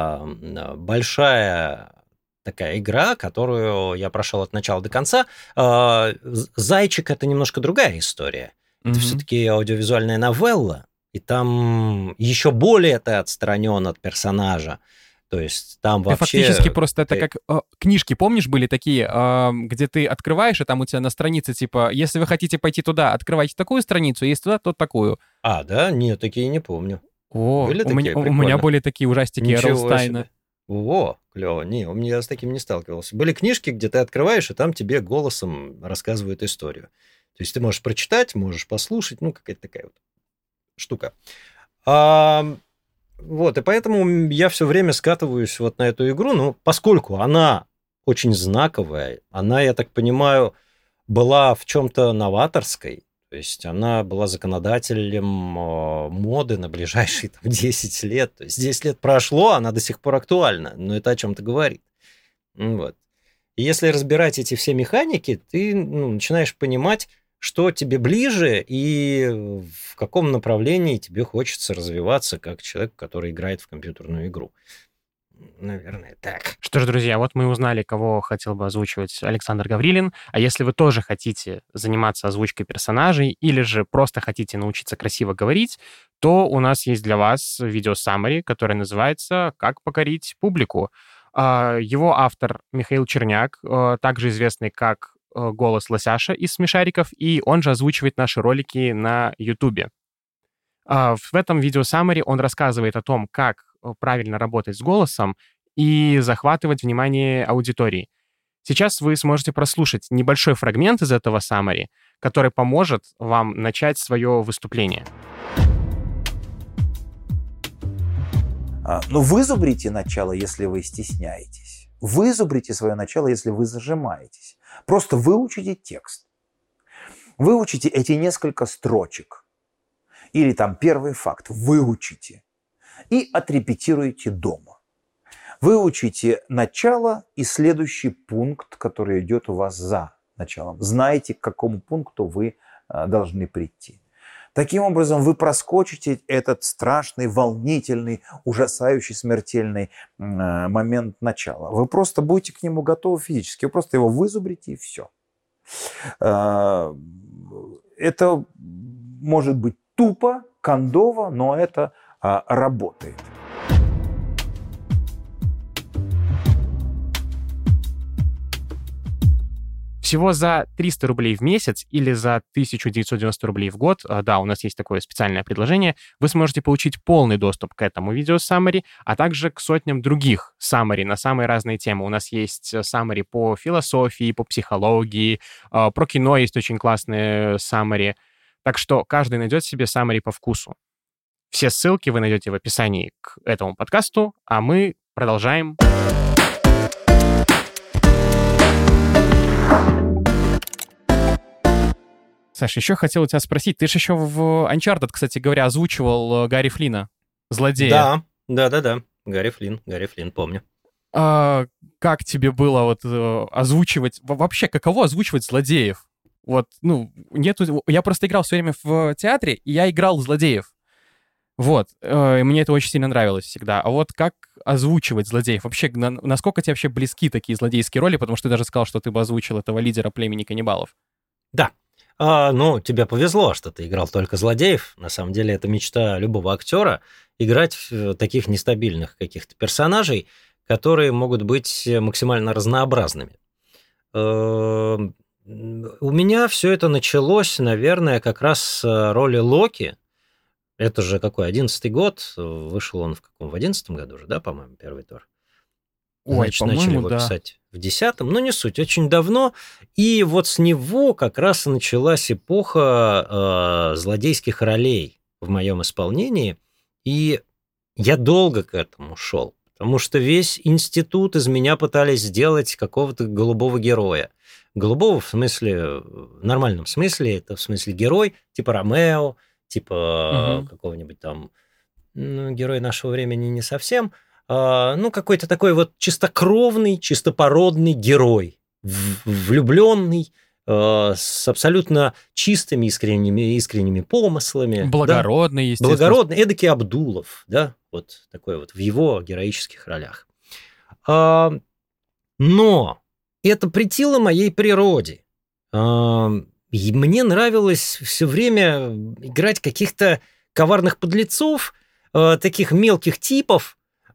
э, большая такая игра, которую я прошел от начала до конца. Э, «Зайчик» — это немножко другая история. Mm-hmm. Это все-таки аудиовизуальная новелла, и там еще более ты отстранен от персонажа. То есть там вообще... Фактически просто ты... это как э, книжки, помнишь, были такие, э, где ты открываешь, и там у тебя на странице типа, если вы хотите пойти туда, открывайте такую страницу, если туда, то такую. А, да? Нет, такие не помню. О, были у, такие? Меня, у меня были такие ужастики Эрлстайна. О, клево. Не, у меня с таким не сталкивался. Были книжки, где ты открываешь, и там тебе голосом рассказывают историю. То есть ты можешь прочитать, можешь послушать, ну, какая-то такая вот штука. А... Вот, и поэтому я все время скатываюсь вот на эту игру, ну, поскольку она очень знаковая, она, я так понимаю, была в чем-то новаторской, то есть она была законодателем моды на ближайшие там, десять лет, то есть десять лет прошло, она до сих пор актуальна, но это о чем-то говорит. Вот. И если разбирать эти все механики, ты ну, начинаешь понимать, что тебе ближе и в каком направлении тебе хочется развиваться как человек, который играет в компьютерную игру. Наверное, так. Что ж, друзья, вот мы узнали, кого хотел бы озвучивать Александр Гаврилин. А если вы тоже хотите заниматься озвучкой персонажей или же просто хотите научиться красиво говорить, то у нас есть для вас видео-саммари, которое называется «Как покорить публику». Его автор Михаил Черняк, также известный как голос Лосяша из «Смешариков», и он же озвучивает наши ролики на Ютубе. В этом видео-саммари он рассказывает о том, как правильно работать с голосом и захватывать внимание аудитории. Сейчас вы сможете прослушать небольшой фрагмент из этого саммари, который поможет вам начать свое выступление. Ну, вызубрите начало, если вы стесняетесь. вызубрите свое начало, если вы зажимаетесь. Просто выучите текст. Выучите эти несколько строчек. Или там первый факт. Выучите. И отрепетируйте дома. Выучите начало и следующий пункт, который идет у вас за началом. Знаете, к какому пункту вы должны прийти. Таким образом, вы проскочите этот страшный, волнительный, ужасающий, смертельный момент начала. Вы просто будете к нему готовы физически. Вы просто его вызубрите, и все. Это может быть тупо, кондово, но это работает. Всего за триста рублей в месяц или за тысяча девятьсот девяносто рублей в год, да, у нас есть такое специальное предложение, вы сможете получить полный доступ к этому видео summary, а также к сотням других summary на самые разные темы. У нас есть summary по философии, по психологии, про кино есть очень классные summary. Так что каждый найдет себе summary по вкусу. Все ссылки вы найдете в описании к этому подкасту, а мы продолжаем. Саша, еще хотел у тебя спросить, ты же еще в Uncharted, кстати говоря, озвучивал Гарри Флина, злодея. Да, да-да-да, Гарри Флин, Гарри Флин, помню. А, как тебе было вот озвучивать, вообще, каково озвучивать злодеев? Вот, ну, нету, я просто играл все время в театре, и я играл злодеев. Вот, и мне это очень сильно нравилось всегда. А вот как озвучивать злодеев? Вообще, на, насколько тебе вообще близки такие злодейские роли? Потому что ты даже сказал, что ты бы озвучил этого лидера племени каннибалов. Да. А, ну, тебе повезло, что ты играл только злодеев. На самом деле, это мечта любого актера — играть в таких нестабильных каких-то персонажей, которые могут быть максимально разнообразными. У меня все это началось, наверное, как раз с роли Локи. Это же какой, одиннадцатый год? Вышел он в каком? В одиннадцатом году же, да, по-моему, первый Тор? Ой, Значит, начали его да. писать в десятом, но не суть, очень давно. И вот с него как раз и началась эпоха э, злодейских ролей в моем исполнении. И я долго к этому шел, потому что весь институт из меня пытались сделать какого-то голубого героя. Голубого в смысле, в нормальном смысле, это в смысле герой, типа Ромео, типа угу. какого-нибудь там, ну, герой нашего времени не совсем, ну, какой-то такой вот чистокровный, чистопородный герой, влюбленный, с абсолютно чистыми, искренними, искренними помыслами. Благородный, да? естественно. Благородный, эдакий Абдулов, да, вот такой вот в его героических ролях. Но это претило моей природе. И мне нравилось все время играть каких-то коварных подлецов, таких мелких типов.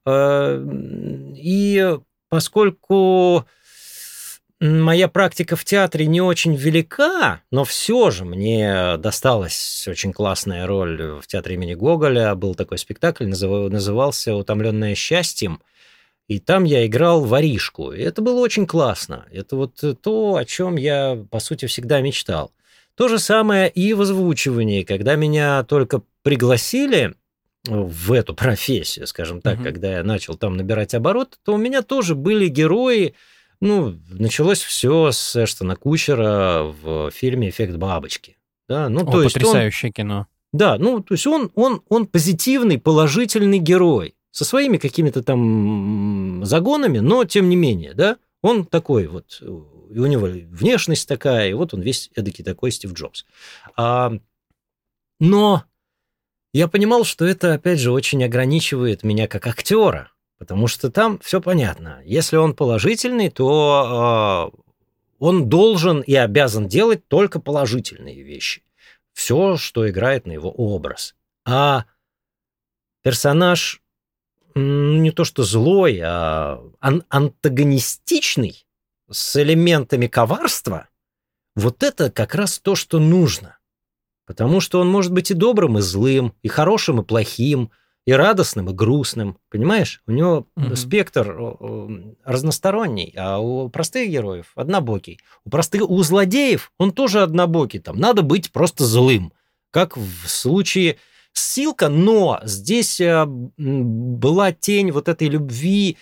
И поскольку моя практика в театре не очень велика, но все же мне досталась очень классная роль в театре имени Гоголя. Был такой спектакль, назывался «Утомленное счастьем». И там я играл воришку. И это было очень классно. Это вот то, о чем я, по сути, всегда мечтал. То же самое и в озвучивании. Когда меня только пригласили в эту профессию, скажем так, mm-hmm. когда я начал там набирать обороты, то у меня тоже были герои. Ну, началось все с Эштона Кучера в фильме «Эффект бабочки». Да, ну, О, то есть потрясающее он, кино. Да, ну, то есть он, он, он позитивный, положительный герой со своими какими-то там загонами, но тем не менее, да, он такой вот, и у него внешность такая, и вот он весь эдакий такой Стив Джобс. А, но я понимал, что это, опять же, очень ограничивает меня как актера, потому что там все понятно. Если он положительный, то э, он должен и обязан делать только положительные вещи. Все, что играет на его образ. А персонаж не то что злой, а ан- антагонистичный, с элементами коварства, вот это как раз то, что нужно. Потому что он может быть и добрым, и злым, и хорошим, и плохим, и радостным, и грустным. Понимаешь? У него mm-hmm. спектр разносторонний, а у простых героев однобокий. У простых, у злодеев он тоже однобокий. Там надо быть просто злым, как в случае с Силка, но здесь была тень вот этой любви к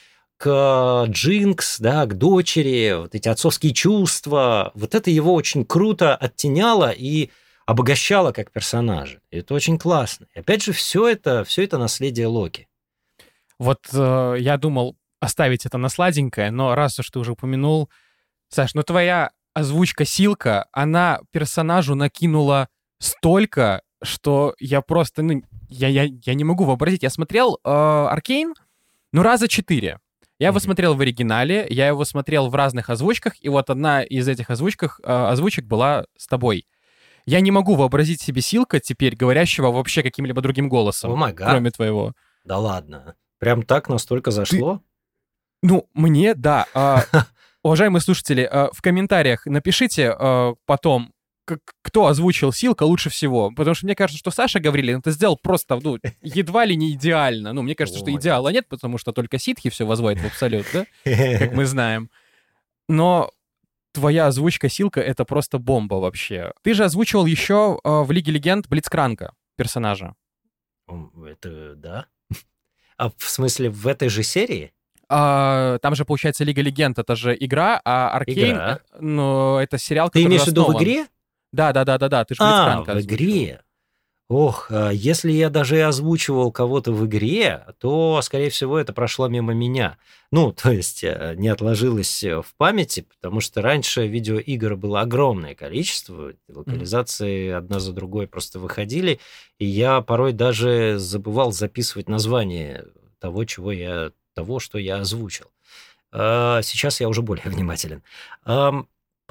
к Джинкс, да, к дочери, вот эти отцовские чувства, вот это его очень круто оттеняло и обогащало как персонажа. И это очень классно. И опять же, все это, все это наследие Локи. Вот э, я думал оставить это на сладенькое, но раз уж ты уже упомянул, Саш, ну твоя озвучка Силка, она персонажу накинула столько, что я просто, ну, я, я, я не могу вообразить. Я смотрел э, Аркейн, ну, раза четыре. Я его Мгм. смотрел в оригинале, я его смотрел в разных озвучках, и вот одна из этих озвучках, э, озвучек была с тобой. Я не могу вообразить себе Силка теперь, говорящего вообще каким-либо другим О голосом, май гад. кроме твоего. Да ладно. Прям так настолько зашло? Ну, мне, да. А, уважаемые слушатели, а, в комментариях напишите а, потом, к- кто озвучил Силка лучше всего. Потому что мне кажется, что Саша Гаврилин это сделал просто, ну, едва ли не идеально. Ну, мне кажется, О что май идеала нет, потому что только ситхи все возводят в абсолют, да? Как мы знаем. Но твоя озвучка Силка — это просто бомба вообще. Ты же озвучивал еще а, в Лиге Легенд Блицкранка персонажа. М, Это да. А в смысле, в этой же серии? А, там же, получается, Лига Легенд — это же игра, а Аркейн, Игра. э, ну, это сериал, Ты который имеешь в виду в основан. игре? Да-да-да-да-да, ты же А, Блицкранка в озвучивал. игре. Ох, а если я даже и озвучивал кого-то в игре, то, скорее всего, это прошло мимо меня. Ну, то есть э, не отложилось э, в памяти, потому что раньше видеоигр было огромное количество, локализации одна за другой просто выходили, и я порой даже забывал записывать название того, чего я, того, что я озвучил. А, Сейчас я уже более внимателен. Ам,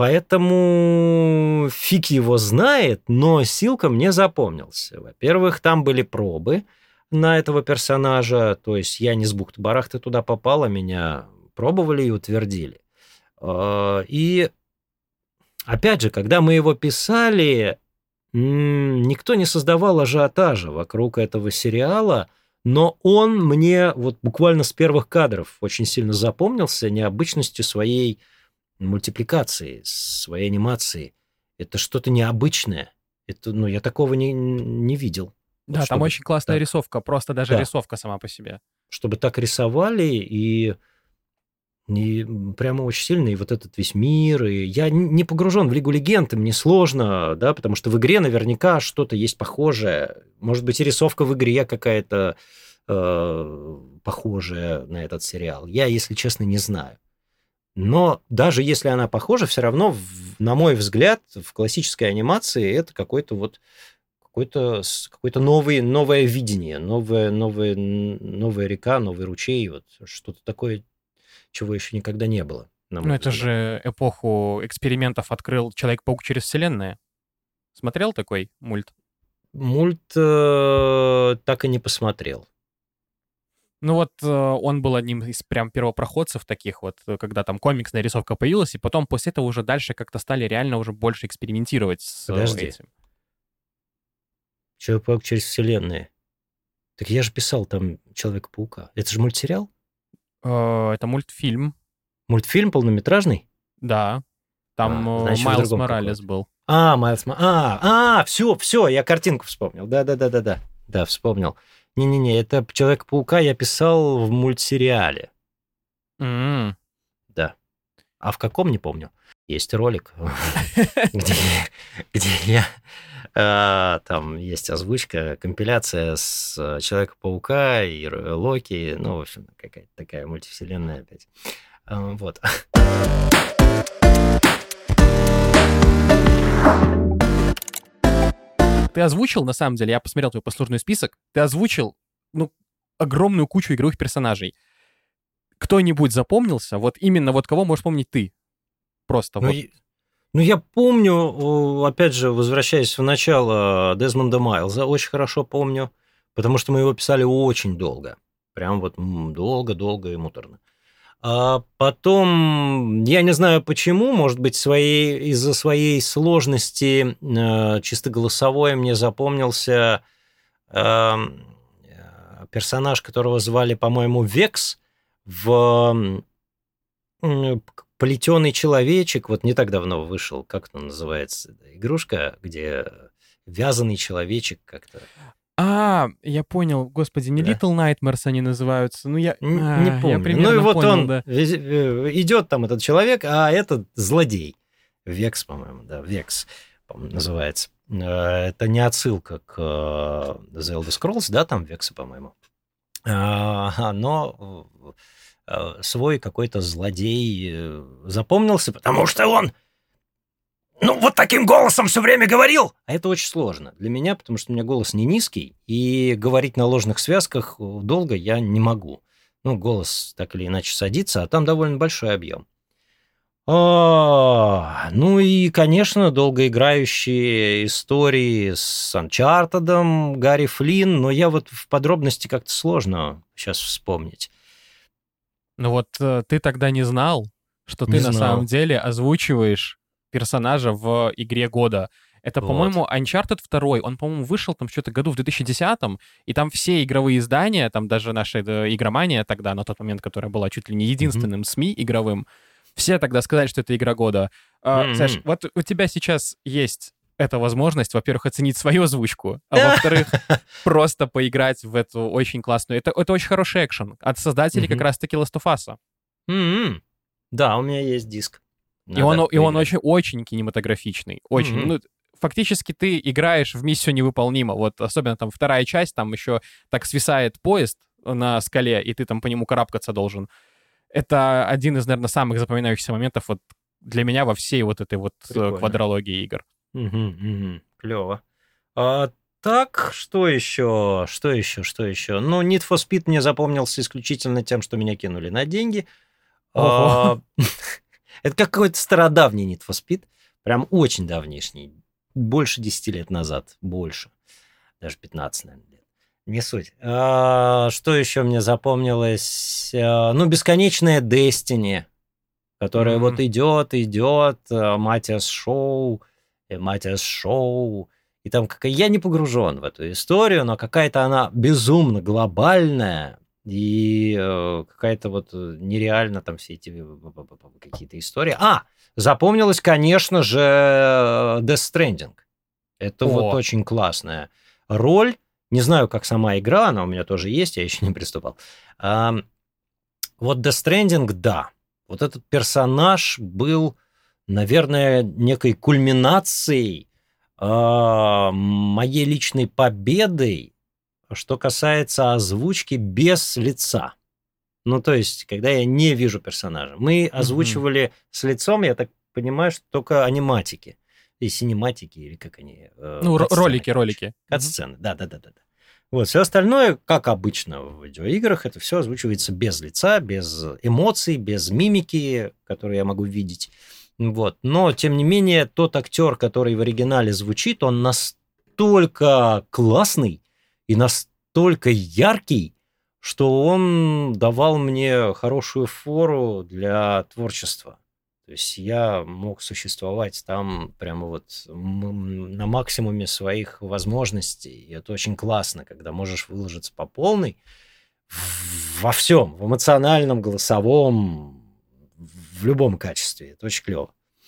Поэтому фиг его знает, но Силка мне запомнился. Во-первых, там были пробы на этого персонажа, то есть я не с бухты-барахты туда попал, а меня пробовали и утвердили. А, И опять же, когда мы его писали, м, никто не создавал ажиотажа вокруг этого сериала, но он мне вот буквально с первых кадров очень сильно запомнился необычностью своей мультипликации, своей анимации. Это что-то необычное. Это, ну, я такого не, не видел. Вот Да, там чтобы очень классная так, рисовка, просто даже да, рисовка сама по себе. чтобы так рисовали, и, и прямо очень сильно, и вот этот весь мир, и я не погружен в Лигу Легенд, и мне сложно, да, потому что в игре наверняка что-то есть похожее. Может быть, и рисовка в игре какая-то э, похожая на этот сериал. Я, если честно, не знаю. Но даже если она похожа, все равно, в- на мой взгляд, в классической анимации это какой-то вот какой-то с- какое-то новый, новое видение, новая, новая, н- новая река, новый ручей, вот что-то такое, чего еще никогда не было, на Ну, мой это взгляд. же эпоху экспериментов открыл Человек-паук через вселенные. Смотрел такой мульт? Мульт э, так и не посмотрел. Ну вот э, он был одним из прям первопроходцев таких вот, э, когда там комиксная рисовка появилась, и потом после этого уже дальше как-то стали реально уже больше экспериментировать с э, Подожди. этим. Человек-паук через вселенные. Так я же писал там Человека-паука. Это же мультсериал? Э, Это мультфильм, Мультфильм полнометражный? да. Там А, э, значит, в Майлз другом Моралес каком-то. был. А, Майлз Мо- А, а, все, все, я картинку вспомнил. Да-да-да-да-да. Да, вспомнил. Не-не-не, это Человека-паука я писал в мультсериале. М. Да. А в каком, не помню. Есть ролик, где, где я... а, там есть озвучка, компиляция с э, Человека-паука и Р- Локи. Ну, в общем, какая-то такая мультивселенная опять. А, Вот. Ты озвучил, на самом деле, я посмотрел твой послужной список, ты озвучил, ну, огромную кучу игровых персонажей. Кто-нибудь запомнился? Вот именно вот кого можешь помнить ты? Просто Ну, вот. я- ну, я помню, о, опять же, возвращаясь в начало, Дезмонда Майлза очень хорошо помню, потому что мы его писали очень долго. Прям вот м, долго-долго и муторно. А потом, я не знаю почему, может быть, своей, из-за своей сложности э, чисто голосовой мне запомнился эм, э, персонаж, которого звали, по-моему, Векс в плетеный человечек. Вот не так давно вышел, как это называется, игрушка, где вязаный человечек как-то. А, я понял, господи, не Да. Little Nightmares они называются. Ну, я, Н- а, Не я помню. примерно Ну и вот понял, он да. вез- э, идет там этот человек, а этот злодей. Векс, по-моему, да, Векс по-моему, называется. Э, Это не отсылка к э, The Elder Scrolls, да, там Векса, по-моему. А, Но э, свой какой-то злодей э, запомнился, потому что он, ну, вот таким голосом все время говорил. А это очень сложно для меня, потому что у меня голос не низкий, и говорить на ложных связках долго я не могу. Ну, голос так или иначе садится, а там довольно большой объем. А, ну и, конечно, долгоиграющие истории с Uncharted, Гарри Флинн, но я вот в подробности как-то сложно сейчас вспомнить. Ну вот э, ты тогда не знал, что ты Не на знал. самом деле озвучиваешь персонажа в игре года. Это, Вот. по-моему, Uncharted два, он, по-моему, вышел там что-то году в две тысячи десятом, и там все игровые издания, там даже наша э, игромания тогда, на тот момент, которая была чуть ли не единственным СМИ игровым, все тогда сказали, что это игра года. А, Мгм. Саш, вот у тебя сейчас есть эта возможность, во-первых, оценить свою озвучку, а во-вторых, просто поиграть в эту очень классную... Это, это очень хороший экшен от создателей как Мгм. раз-таки Last of Us. М-м. Да, у меня есть диск. И Надо он, и он поиграть. очень, очень кинематографичный. Очень. Мгм. Ну, фактически ты играешь в миссию невыполнима. Вот особенно там вторая часть, там еще так свисает поезд на скале, и ты там по нему карабкаться должен. Это один из, наверное, самых запоминающихся моментов вот для меня во всей вот этой вот э, Прикольно. квадрологии игр. Мгм, мгм. Клево. А так, что еще? Что еще? Что еще? Ну, Need for Speed мне запомнился исключительно тем, что меня кинули на деньги. Ого. А, Это как какой-то стародавний Need for Speed. Прям очень давнишний. Больше десяти лет назад. Больше. Даже пятнадцать, наверное, лет. Не суть. А, Что еще мне запомнилось? А, Ну, бесконечная Destiny, которая М. вот идет, идет, а, Матиас Шоу, и Матиас Шоу. И там какая... Я не погружен в эту историю, но какая-то она безумно глобальная. И э, какая-то вот э, нереально там все эти э, б- б- б- какие-то истории. А, запомнилось, конечно же, э, Death Stranding. Это вот О. очень классная роль. Не знаю, как сама игра, она у меня тоже есть, я еще не приступал. Ам, Вот Death Stranding, да. Вот этот персонаж был, наверное, некой кульминацией а, моей личной победой, что касается озвучки без лица. Ну, то есть, когда я не вижу персонажа. Мы Мгм. озвучивали с лицом, я так понимаю, что только аниматики. И синематики, или как они... э, Ну, ро- кат-сцены, ролики, короче. ролики. Мгм. Кат-сцены, да-да-да-да. Вот, все остальное, как обычно в видеоиграх, это все озвучивается без лица, без эмоций, без мимики, которую я могу видеть. Вот. Но, тем не менее, тот актер, который в оригинале звучит, он настолько классный и настолько яркий, что он давал мне хорошую фору для творчества. То есть я мог существовать там прямо вот м- на максимуме своих возможностей. И это очень классно, когда можешь выложиться по полной в- во всем, в эмоциональном, голосовом, в любом качестве. Это очень клево.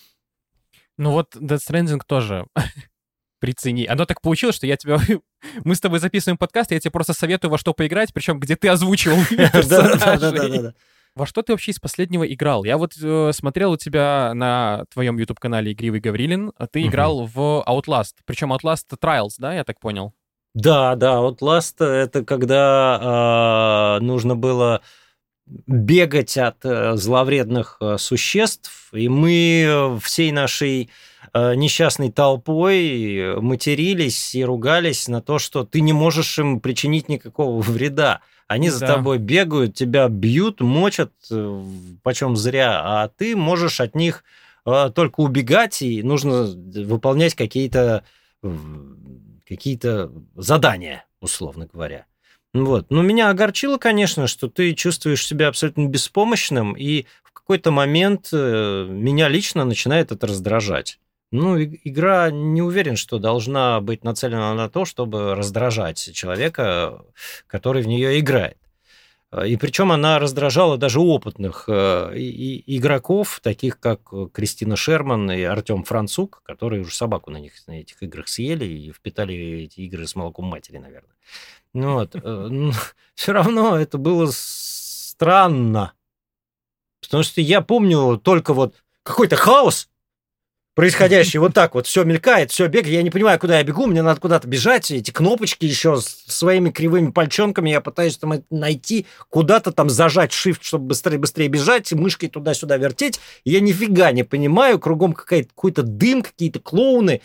Ну вот Death Stranding тоже прицени. Оно так получилось, что я тебя... Мы с тобой записываем подкаст, и я тебе просто советую во что поиграть, причем где ты озвучивал персонажей. Да-да-да. Во что ты вообще из последнего играл? Я вот э, смотрел у тебя на твоем YouTube-канале «Игривый Гаврилин», а ты Мгм. играл в Outlast, причем Outlast Trials, да, я так понял? Да, да, Outlast — это когда а, нужно было бегать от э, зловредных э, существ, и мы э, всей нашей э, несчастной толпой матерились и ругались на то, что ты не можешь им причинить никакого вреда. Они за Да. тобой бегают, тебя бьют, мочат, э, почем зря, а ты можешь от них э, только убегать, и нужно выполнять какие-то э, какие-то задания, условно говоря. Вот. Но меня огорчило, конечно, что ты чувствуешь себя абсолютно беспомощным, и в какой-то момент э, меня лично начинает это раздражать. Ну, и- игра, не уверен, что должна быть нацелена на то, чтобы раздражать человека, который в нее играет. И причем она раздражала даже опытных э, и, и игроков, таких как Кристина Шерман и Артем Францук, которые уже собаку на них на этих играх съели и впитали эти игры с молоком матери, наверное. Ну, вот. э, все равно это было странно. Потому что я помню только вот какой-то хаос происходящий, вот так вот, все мелькает, все бегает, я не понимаю, куда я бегу, мне надо куда-то бежать, эти кнопочки еще с своими кривыми пальчонками, я пытаюсь там найти, куда-то там зажать shift, чтобы быстрее-быстрее бежать, и мышкой туда-сюда вертеть, и я нифига не понимаю, кругом какая-то, какой-то дым, какие-то клоуны.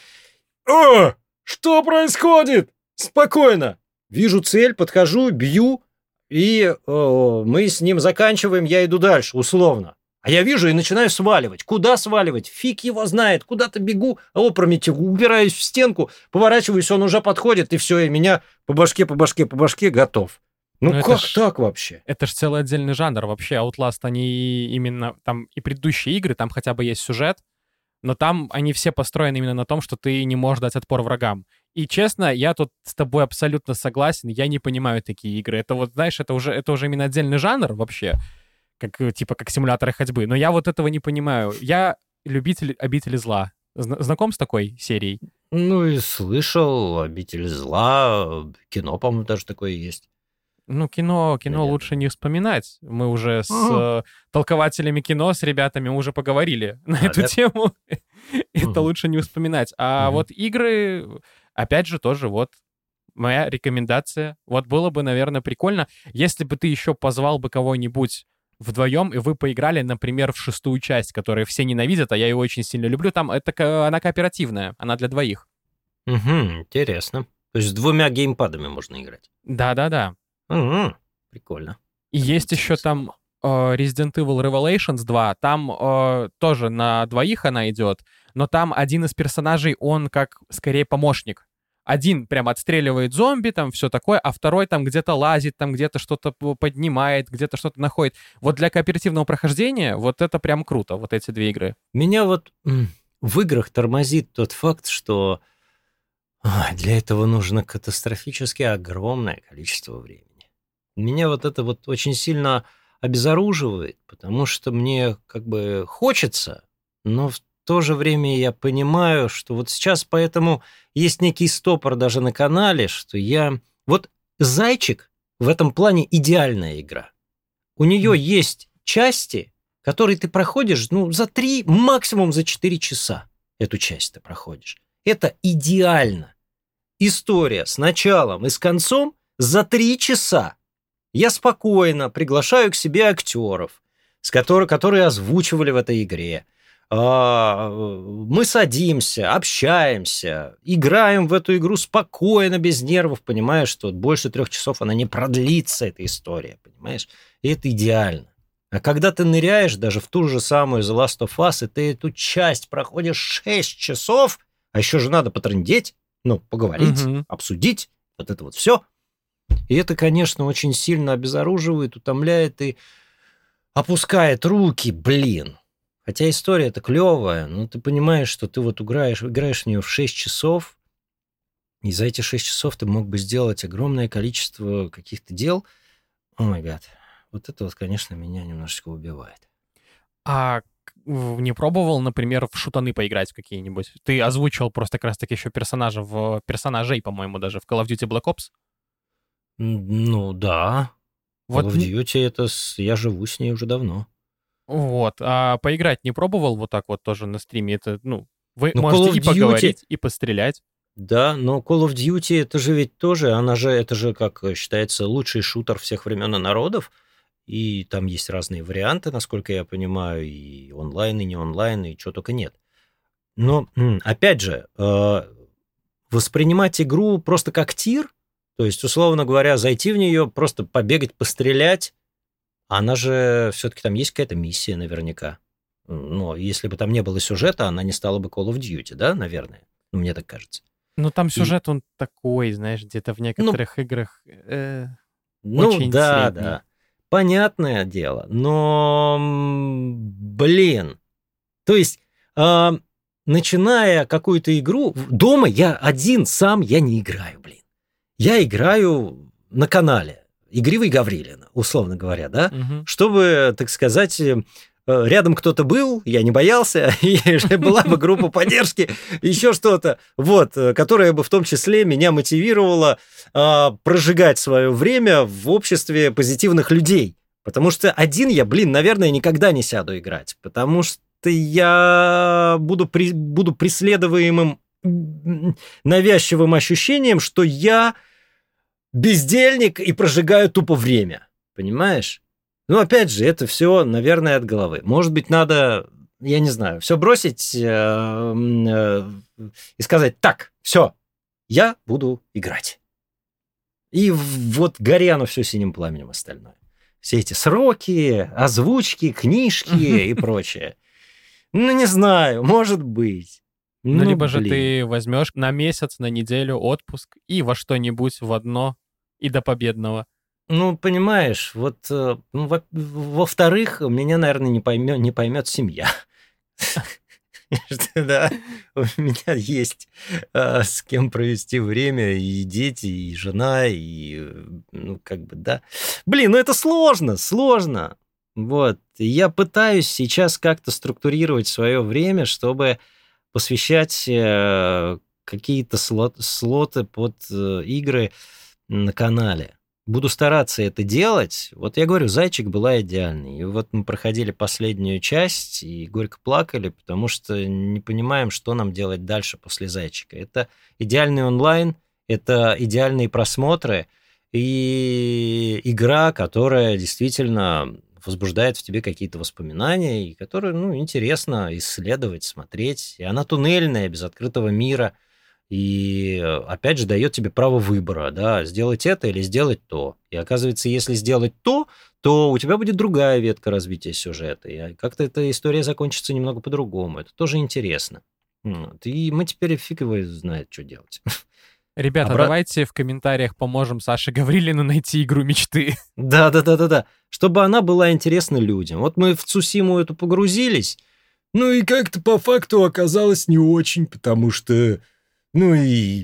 О, что происходит? Спокойно. Вижу цель, подхожу, бью, и о, мы с ним заканчиваем, я иду дальше, условно. А я вижу и начинаю сваливать. Куда сваливать? Фиг его знает. Куда-то бегу, опрометью, упираюсь в стенку, поворачиваюсь, он уже подходит, и все, и меня по башке, по башке, по башке готов. Ну, ну как ж, так вообще? Это же целый отдельный жанр вообще. Outlast, они именно... Там и предыдущие игры, там хотя бы есть сюжет, но там они все построены именно на том, что ты не можешь дать отпор врагам. И честно, я тут с тобой абсолютно согласен, я не понимаю такие игры. Это вот, знаешь, это уже, это уже именно отдельный жанр вообще. Как, типа, как симуляторы ходьбы. Но я вот этого не понимаю. Я любитель «Обители зла». Зна- знаком с такой серией? Ну и слышал «Обитель зла». Кино, по-моему, даже такое есть. Ну, кино, кино Наверное. лучше не вспоминать. Мы уже с э, толкователями кино, с ребятами уже поговорили на а, эту да? тему. Это лучше не вспоминать. А вот игры, опять же, тоже вот моя рекомендация. Вот было бы, наверное, прикольно, если бы ты еще позвал бы кого-нибудь вдвоем, и вы поиграли, например, в шестую часть, которую все ненавидят, а я ее очень сильно люблю. Там это, она кооперативная, она для двоих. Угу, интересно. То есть с двумя геймпадами можно играть? Да-да-да. Угу, прикольно. И это есть еще там э, Resident Evil Revelations два, там э, тоже на двоих она идет, но там один из персонажей, он как скорее помощник. Один прям отстреливает зомби, там все такое, а второй там где-то лазит, там где-то что-то поднимает, где-то что-то находит. Вот для кооперативного прохождения вот это прям круто, вот эти две игры. Меня вот в играх тормозит тот факт, что для этого нужно катастрофически огромное количество времени. Меня вот это вот очень сильно обезоруживает, потому что мне как бы хочется, но в В то же время я понимаю, что вот сейчас поэтому есть некий стопор даже на канале, что я... Вот «Зайчик» в этом плане идеальная игра. У нее mm. есть части, которые ты проходишь ну, за три, максимум за четыре часа. Эту часть ты проходишь. Это идеально. История с началом и с концом за три часа. Я спокойно приглашаю к себе актеров, с которых, которые озвучивали в этой игре. Мы садимся, общаемся, играем в эту игру спокойно, без нервов, понимая, что больше трех часов она не продлится, эта история, понимаешь? И это идеально. А когда ты ныряешь даже в ту же самую The Last of Us, и ты эту часть проходишь шесть часов, а еще же надо потрындеть, ну, поговорить, угу. обсудить, вот это вот все. И это, конечно, очень сильно обезоруживает, утомляет и опускает руки, блин. Хотя история-то клевая, но ты понимаешь, что ты вот играешь, играешь в нее в шесть часов, и за эти шесть часов ты мог бы сделать огромное количество каких-то дел. О май гад. Вот это вот, конечно, меня немножечко убивает. А не пробовал, например, в шутаны поиграть какие-нибудь? Ты озвучивал просто как раз-таки еще персонажа в персонажей, по-моему, даже в Call of Duty Black Ops? Ну, да. Вот... Call of Duty, это с... я живу с ней уже давно. Вот, а поиграть не пробовал вот так вот тоже на стриме? Это, ну, вы но можете и поговорить, и пострелять. Да, но Call of Duty, это же ведь тоже, она же, это же, как считается, лучший шутер всех времен и народов, и там есть разные варианты, насколько я понимаю, и онлайн, и не онлайн, и чего только нет. Но, опять же, воспринимать игру просто как тир, то есть, условно говоря, зайти в нее, просто побегать, пострелять, она же все-таки там есть какая-то миссия наверняка. Но если бы там не было сюжета, она не стала бы Call of Duty, да, наверное? Ну, мне так кажется. Ну, там сюжет, и... он такой, знаешь, где-то в некоторых ну, играх э, ну, очень да, средний. да. Понятное дело. Но, блин. То есть, э, начиная какую-то игру, дома я один сам, я не играю, блин. Я играю на канале. игривый Гаврилин, условно говоря, да, Мгм. чтобы, так сказать, э, рядом кто-то был, я не боялся, и была бы группа поддержки, еще что-то, вот, э, которая бы в том числе меня мотивировала а, прожигать свое время в обществе позитивных людей. Потому что один я, блин, наверное, никогда не сяду играть, потому что я буду, при, буду преследуемым м, навязчивым ощущением, что я бездельник и прожигаю тупо время. Понимаешь? Ну, опять же, это все, наверное, от головы. Может быть, надо, я не знаю, все бросить э, э, и сказать: так, все, я буду играть. И вот горе оно все синим пламенем остальное. Все эти сроки, озвучки, книжки и прочее. Ну, не знаю, может быть. Ну, либо же блин. ты возьмешь на месяц, на неделю отпуск и во что-нибудь в одно, и до победного. Ну, понимаешь, вот, э, ну, во- во-вторых, меня, наверное, не поймет, не поймет семья. Что, да, у меня есть а, с кем провести время, и дети, и жена, и, э, ну, как бы, да. Блин, ну это сложно, сложно. Вот, и я пытаюсь сейчас как-то структурировать свое время, чтобы посвящать э, какие-то слот- слоты под э, игры на канале. Буду стараться это делать. Вот я говорю, «Зайчик» была идеальной. И вот мы проходили последнюю часть и горько плакали, потому что не понимаем, что нам делать дальше после «Зайчика». Это идеальный онлайн, это идеальные просмотры и игра, которая действительно возбуждает в тебе какие-то воспоминания, и которую, ну, интересно исследовать, смотреть. И она туннельная, без открытого мира. И, опять же, дает тебе право выбора, да, сделать это или сделать то. И оказывается, если сделать то, то у тебя будет другая ветка развития сюжета. И как-то эта история закончится немного по-другому. Это тоже интересно. Вот. И мы теперь фиг его знает, что делать. Ребята, Обра- давайте в комментариях поможем Саше Гаврилину найти игру мечты. Да-да-да-да-да. Чтобы она была интересна людям. Вот мы в Цусиму эту погрузились, ну и как-то по факту оказалось не очень, потому что... Ну и,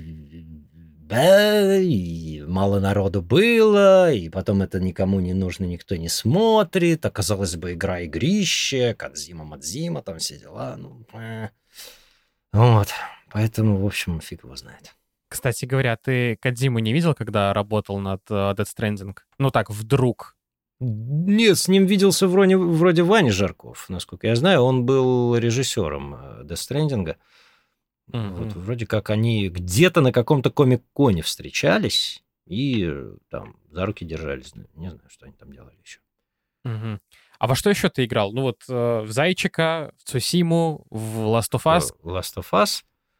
да, и мало народу было, и потом это никому не нужно, никто не смотрит. Оказалось бы, игра игрище, Кодзима Мадзима, там все дела. Ну, э. Вот, поэтому, в общем, фиг его знает. Кстати говоря, ты Кодзиму не видел, когда работал над э, Death Stranding? Ну так, вдруг. Нет, с ним виделся вроде, вроде Ваня Жарков, насколько я знаю. Он был режиссером э, Death Stranding. Мгм. Вот, вроде как они где-то на каком-то комик-коне встречались и э, там за руки держались. Не знаю, что они там делали еще. Мгм. А во что еще ты играл? Ну вот э, в Зайчика, в Цусиму, в Last of Us. Last of Us.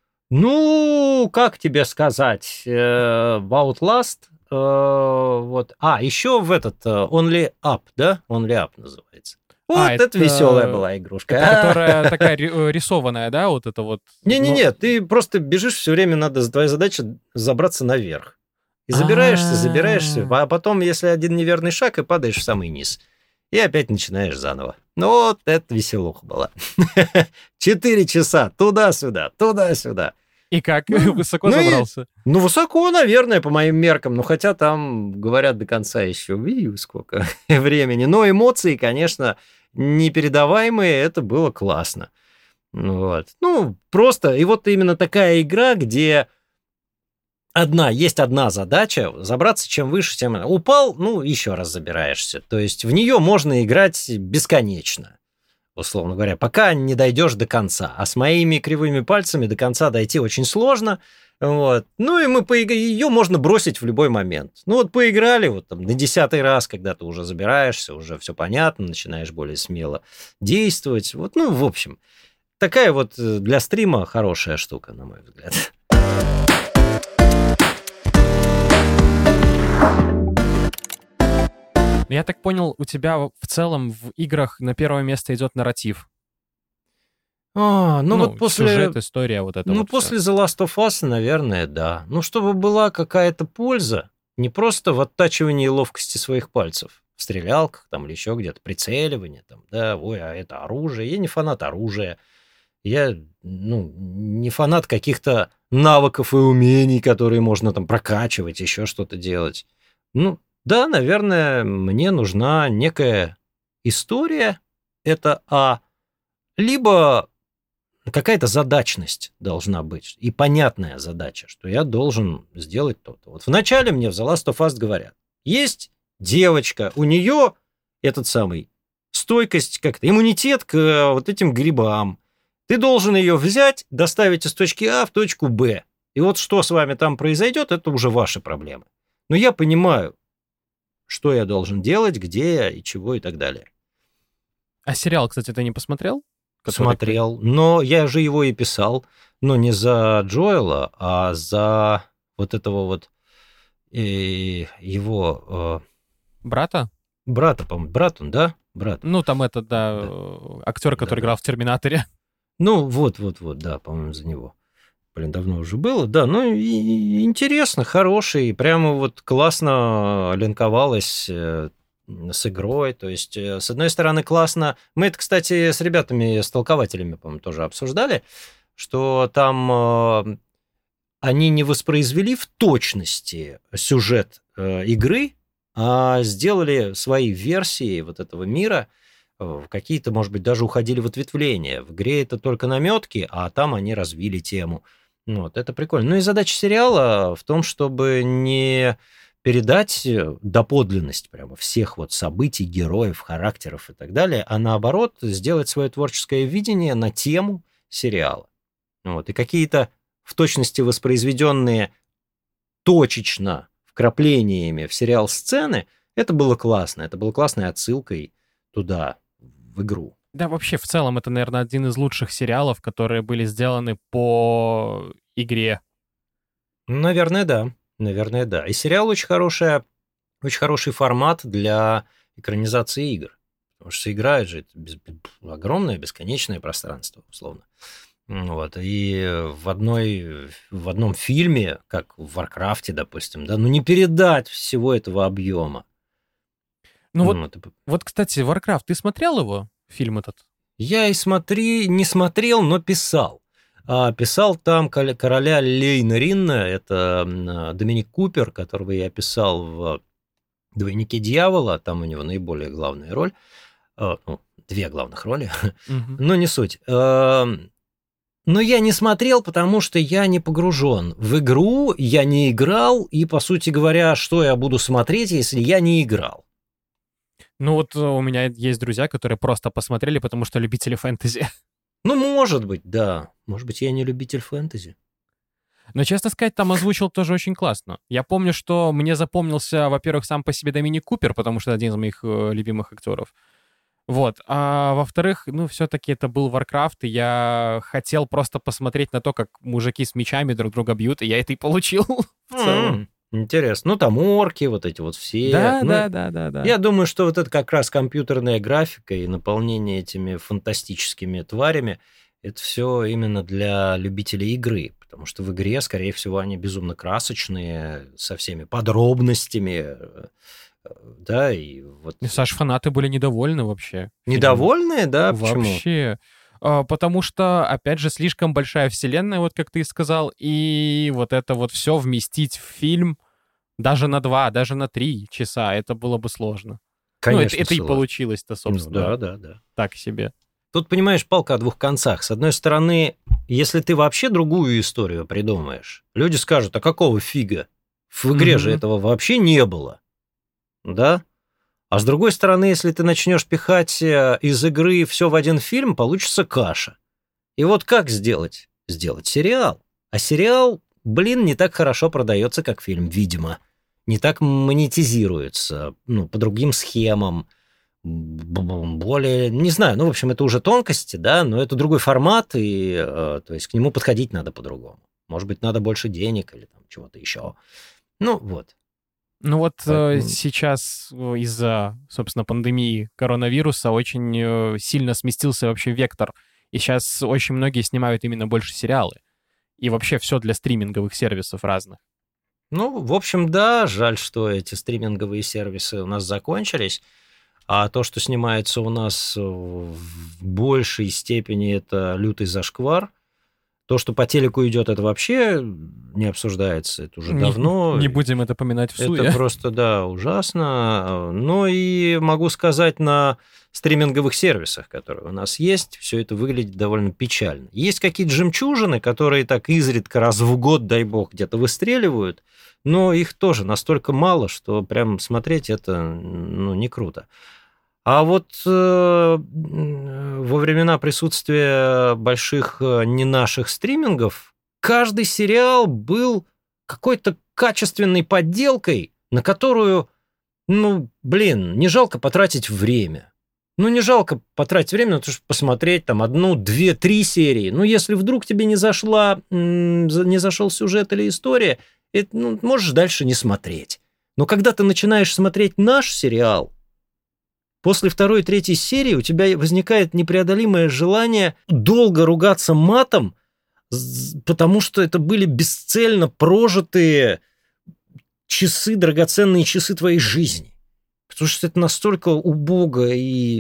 Ну, как тебе сказать, э, в Outlast, э, вот. А, еще в этот э, Only Up, да? Only Up называется. Вот А, это, это- веселая была игрушка. Это которая такая ри- э, рисованная, да, вот это вот? Не-не-не, Ну, ты просто бежишь все время, надо, твоя задача забраться наверх. И забираешься, А. забираешься, а потом, если один неверный шаг, и падаешь в самый низ. И опять начинаешь заново. Ну вот, это веселуха была. Четыре часа туда-сюда, туда-сюда. И как? Ну, Высоко ну и- забрался? Ну, высоко, наверное, по моим меркам. Ну, хотя там, говорят, до конца еще, видишь, сколько времени. Но эмоции, конечно, непередаваемые. Это было классно. Вот. Ну, просто, и вот именно такая игра, где одна, есть одна задача, забраться чем выше, тем... Упал, ну, еще раз забираешься. То есть в нее можно играть бесконечно, условно говоря, пока не дойдешь до конца. А с моими кривыми пальцами до конца дойти очень сложно. Вот. Ну, и мы поиг... ее можно бросить в любой момент. Ну, вот поиграли вот там на десятый раз, когда ты уже забираешься, уже все понятно, начинаешь более смело действовать. Вот, ну, в общем, такая вот для стрима хорошая штука, на мой взгляд. Я так понял, у тебя в целом в играх на первое место идет нарратив. А, ну, вот после... Сюжет, история, вот это Ну, вот после The Last of Us, наверное, да. Ну, чтобы была какая-то польза, не просто в оттачивании ловкости своих пальцев, в стрелялках там или еще где-то, прицеливание там, да, ой, а это оружие. Я не фанат оружия. Я, ну, не фанат каких-то навыков и умений, которые можно там прокачивать, еще что-то делать. Ну, Да, наверное, мне нужна некая история, это А, либо какая-то задачность должна быть, и понятная задача, что я должен сделать то-то. Вот вначале мне в The Last of Us говорят, есть девочка, у нее этот самый стойкость, как-то иммунитет к вот этим грибам. Ты должен ее взять, доставить из точки А в точку Б. И вот что с вами там произойдет, это уже ваши проблемы. Но я понимаю, что я должен делать, где я и чего и так далее. А сериал, кстати, ты не посмотрел? Который... Смотрел, но я же его и писал, но не за Джоэла, а за вот этого вот э, его... Э, брата? Брата, по-моему, брат он, да? Брат. Ну, там этот, да, да. актер, который да, играл да. в «Терминаторе». Ну, вот-вот-вот, да, по-моему, за него. Блин, давно уже было, да, ну, и интересно, хороший, прямо вот классно линковалось э, с игрой, то есть, э, с одной стороны, классно, мы это, кстати, с ребятами, с толкователями, по-моему, тоже обсуждали, что там э, они не воспроизвели в точности сюжет э, игры, а сделали свои версии вот этого мира, какие-то, может быть, даже уходили в ответвления. В игре это только намётки, а там они развили тему. Вот, это прикольно. Ну и задача сериала в том, чтобы не передать доподлинность прямо всех вот событий, героев, характеров и так далее, а наоборот сделать свое творческое видение на тему сериала. Вот, и какие-то в точности воспроизведенные точечно вкраплениями в сериал сцены, это было классно. Это было классной отсылкой туда, в игру. Да, вообще, в целом, это, наверное, один из лучших сериалов, которые были сделаны по игре. Наверное, да. Наверное, да. И сериал очень хороший, очень хороший формат для экранизации игр. Потому что играет же это без, огромное, бесконечное пространство, условно. Вот. И в, одной, в одном фильме, как в Варкрафте, допустим, да, ну не передать всего этого объема. Ну, ну вот, это... вот, кстати, Warcraft, ты смотрел его, фильм этот? Я и смотри, не смотрел, но писал. А, писал там короля Лейна Ринна, это Доминик Купер, которого я писал в «Двойнике дьявола», там у него наиболее главная роль, а, ну, две главных роли, uh-huh. но не суть. А, но я не смотрел, потому что я не погружен в игру, я не играл, и, по сути говоря, что я буду смотреть, если я не играл? Ну вот у меня есть друзья, которые просто посмотрели, потому что любители фэнтези. Ну, может быть, да. Может быть, я не любитель фэнтези. Но, честно сказать, там озвучил тоже очень классно. Я помню, что мне запомнился, во-первых, сам по себе Доминик Купер, потому что один из моих э, любимых актеров. Вот. А во-вторых, ну, все-таки это был Warcraft, и я хотел просто посмотреть на то, как мужики с мечами друг друга бьют, и я это и получил в целом. Интересно. Ну, там орки, вот эти вот все. Да, ну, да, да, да, да. Я думаю, что вот это как раз компьютерная графика и наполнение этими фантастическими тварями, это все именно для любителей игры. Потому что в игре, скорее всего, они безумно красочные, со всеми подробностями. Да, и вот... И, Саш, фанаты были недовольны вообще. Недовольные, да? Почему? Вообще. Потому что, опять же, слишком большая вселенная, вот как ты сказал, и вот это вот все вместить в фильм даже на два, даже на три часа, это было бы сложно. Конечно, ну, это, это и получилось-то, собственно. Ну, да, да, да. Так себе. Тут, понимаешь, палка о двух концах. С одной стороны, если ты вообще другую историю придумаешь, люди скажут, а какого фига? В игре mm-hmm. же этого вообще не было. Да? А с другой стороны, если ты начнешь пихать из игры все в один фильм, получится каша. И вот как сделать? Сделать сериал. А сериал, блин, не так хорошо продается, как фильм, видимо. Не так монетизируется, ну, по другим схемам. Более, не знаю, ну, в общем, это уже тонкости, да, но это другой формат, и, э, то есть, к нему подходить надо по-другому. Может быть, надо больше денег или там чего-то еще. Ну, вот. Ну вот э, сейчас из-за, собственно, пандемии коронавируса очень э, сильно сместился вообще вектор. И сейчас очень многие снимают именно больше сериалы. И вообще все для стриминговых сервисов разных. Ну, в общем, да, жаль, что эти стриминговые сервисы у нас закончились. А то, что снимается у нас в большей степени, это лютый зашквар. То, что по телеку идет, это вообще не обсуждается, это уже Не- давно. Не будем это поминать в Это суе. просто, да, ужасно. Но и могу сказать, на стриминговых сервисах, которые у нас есть, все это выглядит довольно печально. Есть какие-то жемчужины, которые так изредка раз в год, дай бог, где-то выстреливают, но их тоже настолько мало, что прям смотреть это, ну, не круто. А вот э, во времена присутствия больших э, не наших стримингов каждый сериал был какой-то качественной подделкой, на которую, ну, блин, не жалко потратить время. Ну, не жалко потратить время на то, чтобы посмотреть там одну, две, три серии. Ну, если вдруг тебе не зашла, не зашел сюжет или история, это, ну, можешь дальше не смотреть. Но когда ты начинаешь смотреть наш сериал, после второй и третьей серии у тебя возникает непреодолимое желание долго ругаться матом, потому что это были бесцельно прожитые часы, драгоценные часы твоей жизни. Потому что это настолько убого и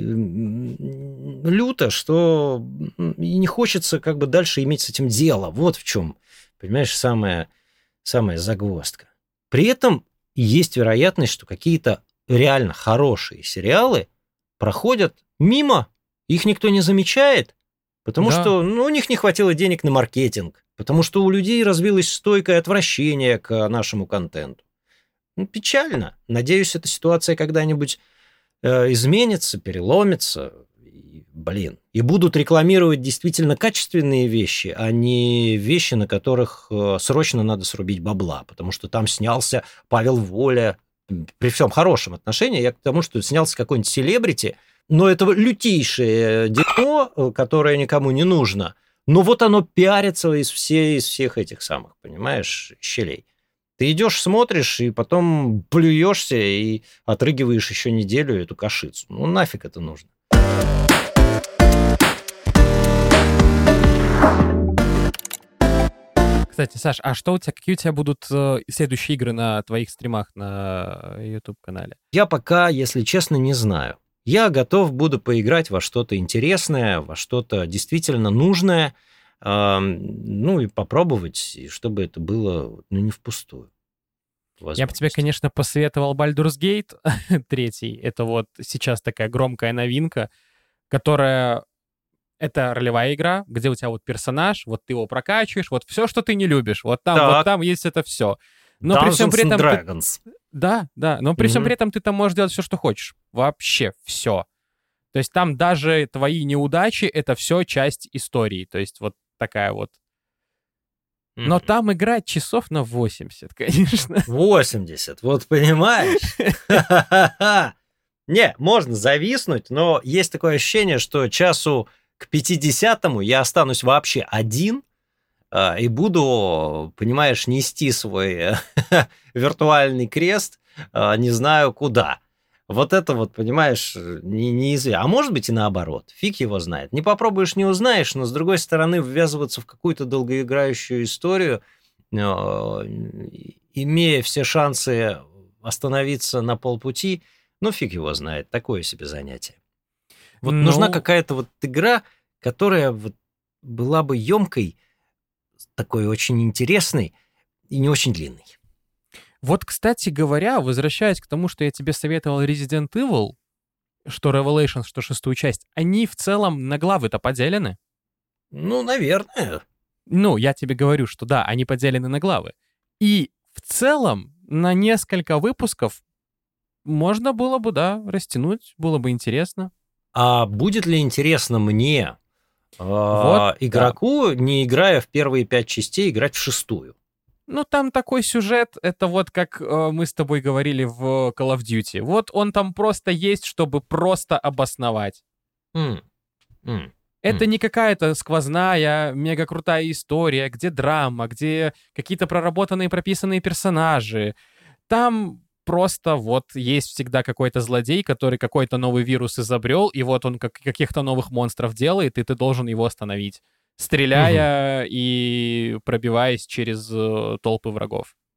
люто, что и не хочется как бы дальше иметь с этим дело. Вот в чем, понимаешь, самая, самая загвоздка. При этом есть вероятность, что какие-то реально хорошие сериалы проходят мимо, их никто не замечает, потому Да. что ну, у них не хватило денег на маркетинг, потому что у людей развилось стойкое отвращение к нашему контенту. Ну, печально. Надеюсь, эта ситуация когда-нибудь э, изменится, переломится. И, блин. И будут рекламировать действительно качественные вещи, а не вещи, на которых э, срочно надо срубить бабла. Потому что там снялся Павел Воля. При всем хорошем отношении я к тому, что снялся какой-нибудь селебрити, но это лютейшее дерьмо, которое никому не нужно. Но вот оно пиарится из, всей, из всех этих самых, понимаешь, щелей. Ты идешь, смотришь, и потом плюешься и отрыгиваешь еще неделю эту кашицу. Ну, нафиг это нужно? Кстати, Саш, а что у тебя, какие у тебя будут э, следующие игры на твоих стримах на YouTube-канале? Я пока, если честно, не знаю. Я готов буду поиграть во что-то интересное, во что-то действительно нужное, э, ну и попробовать, чтобы это было, ну, не впустую. Я бы тебе, конечно, посоветовал Baldur's Gate третий. Это вот сейчас такая громкая новинка, которая... Это ролевая игра, где у тебя вот персонаж, вот ты его прокачиваешь, вот все, что ты не любишь, вот там, Так. вот там есть это все. Но Dungeons при всем при этом... and ты- Dragons. Да, да, но при всем Мгм. при этом ты там можешь делать все, что хочешь. Вообще все. То есть там даже твои неудачи — это все часть истории. То есть вот такая вот. Но Мгм. там играть часов на восемьдесят, конечно. восемьдесят, вот понимаешь? Ха-ха-ха. Не, можно зависнуть, но есть такое ощущение, что часу к пятидесятому я останусь вообще один а, и буду, понимаешь, нести свой э, виртуальный крест, а, не знаю куда. Вот это вот, понимаешь, не, неизвестно. А может быть и наоборот. Фиг его знает. Не попробуешь, не узнаешь, но, с другой стороны, ввязываться в какую-то долгоиграющую историю, э, имея все шансы остановиться на полпути, ну, фиг его знает. Такое себе занятие. Вот Ну, нужна какая-то вот игра, которая вот была бы емкой, такой очень интересной и не очень длинной. Вот, кстати говоря, возвращаясь к тому, что я тебе советовал Resident Evil, что Revelations, что шестую часть, они в целом на главы-то поделены. Ну, наверное. Ну, я тебе говорю, что да, они поделены на главы. И в целом на несколько выпусков можно было бы, да, растянуть, было бы интересно. А будет ли интересно мне, э, Вот, игроку, не играя в первые пять частей, играть в шестую? Ну, там такой сюжет, это вот как э, мы с тобой говорили в Call of Duty. Вот он там просто есть, чтобы просто обосновать. М, м. Это М. не какая-то сквозная, мега крутая история, где драма, где какие-то проработанные, прописанные персонажи. Там просто вот есть всегда какой-то злодей, который какой-то новый вирус изобрел, и вот он как, каких-то новых монстров делает, и ты должен его остановить, стреляя и пробиваясь через э, толпы врагов.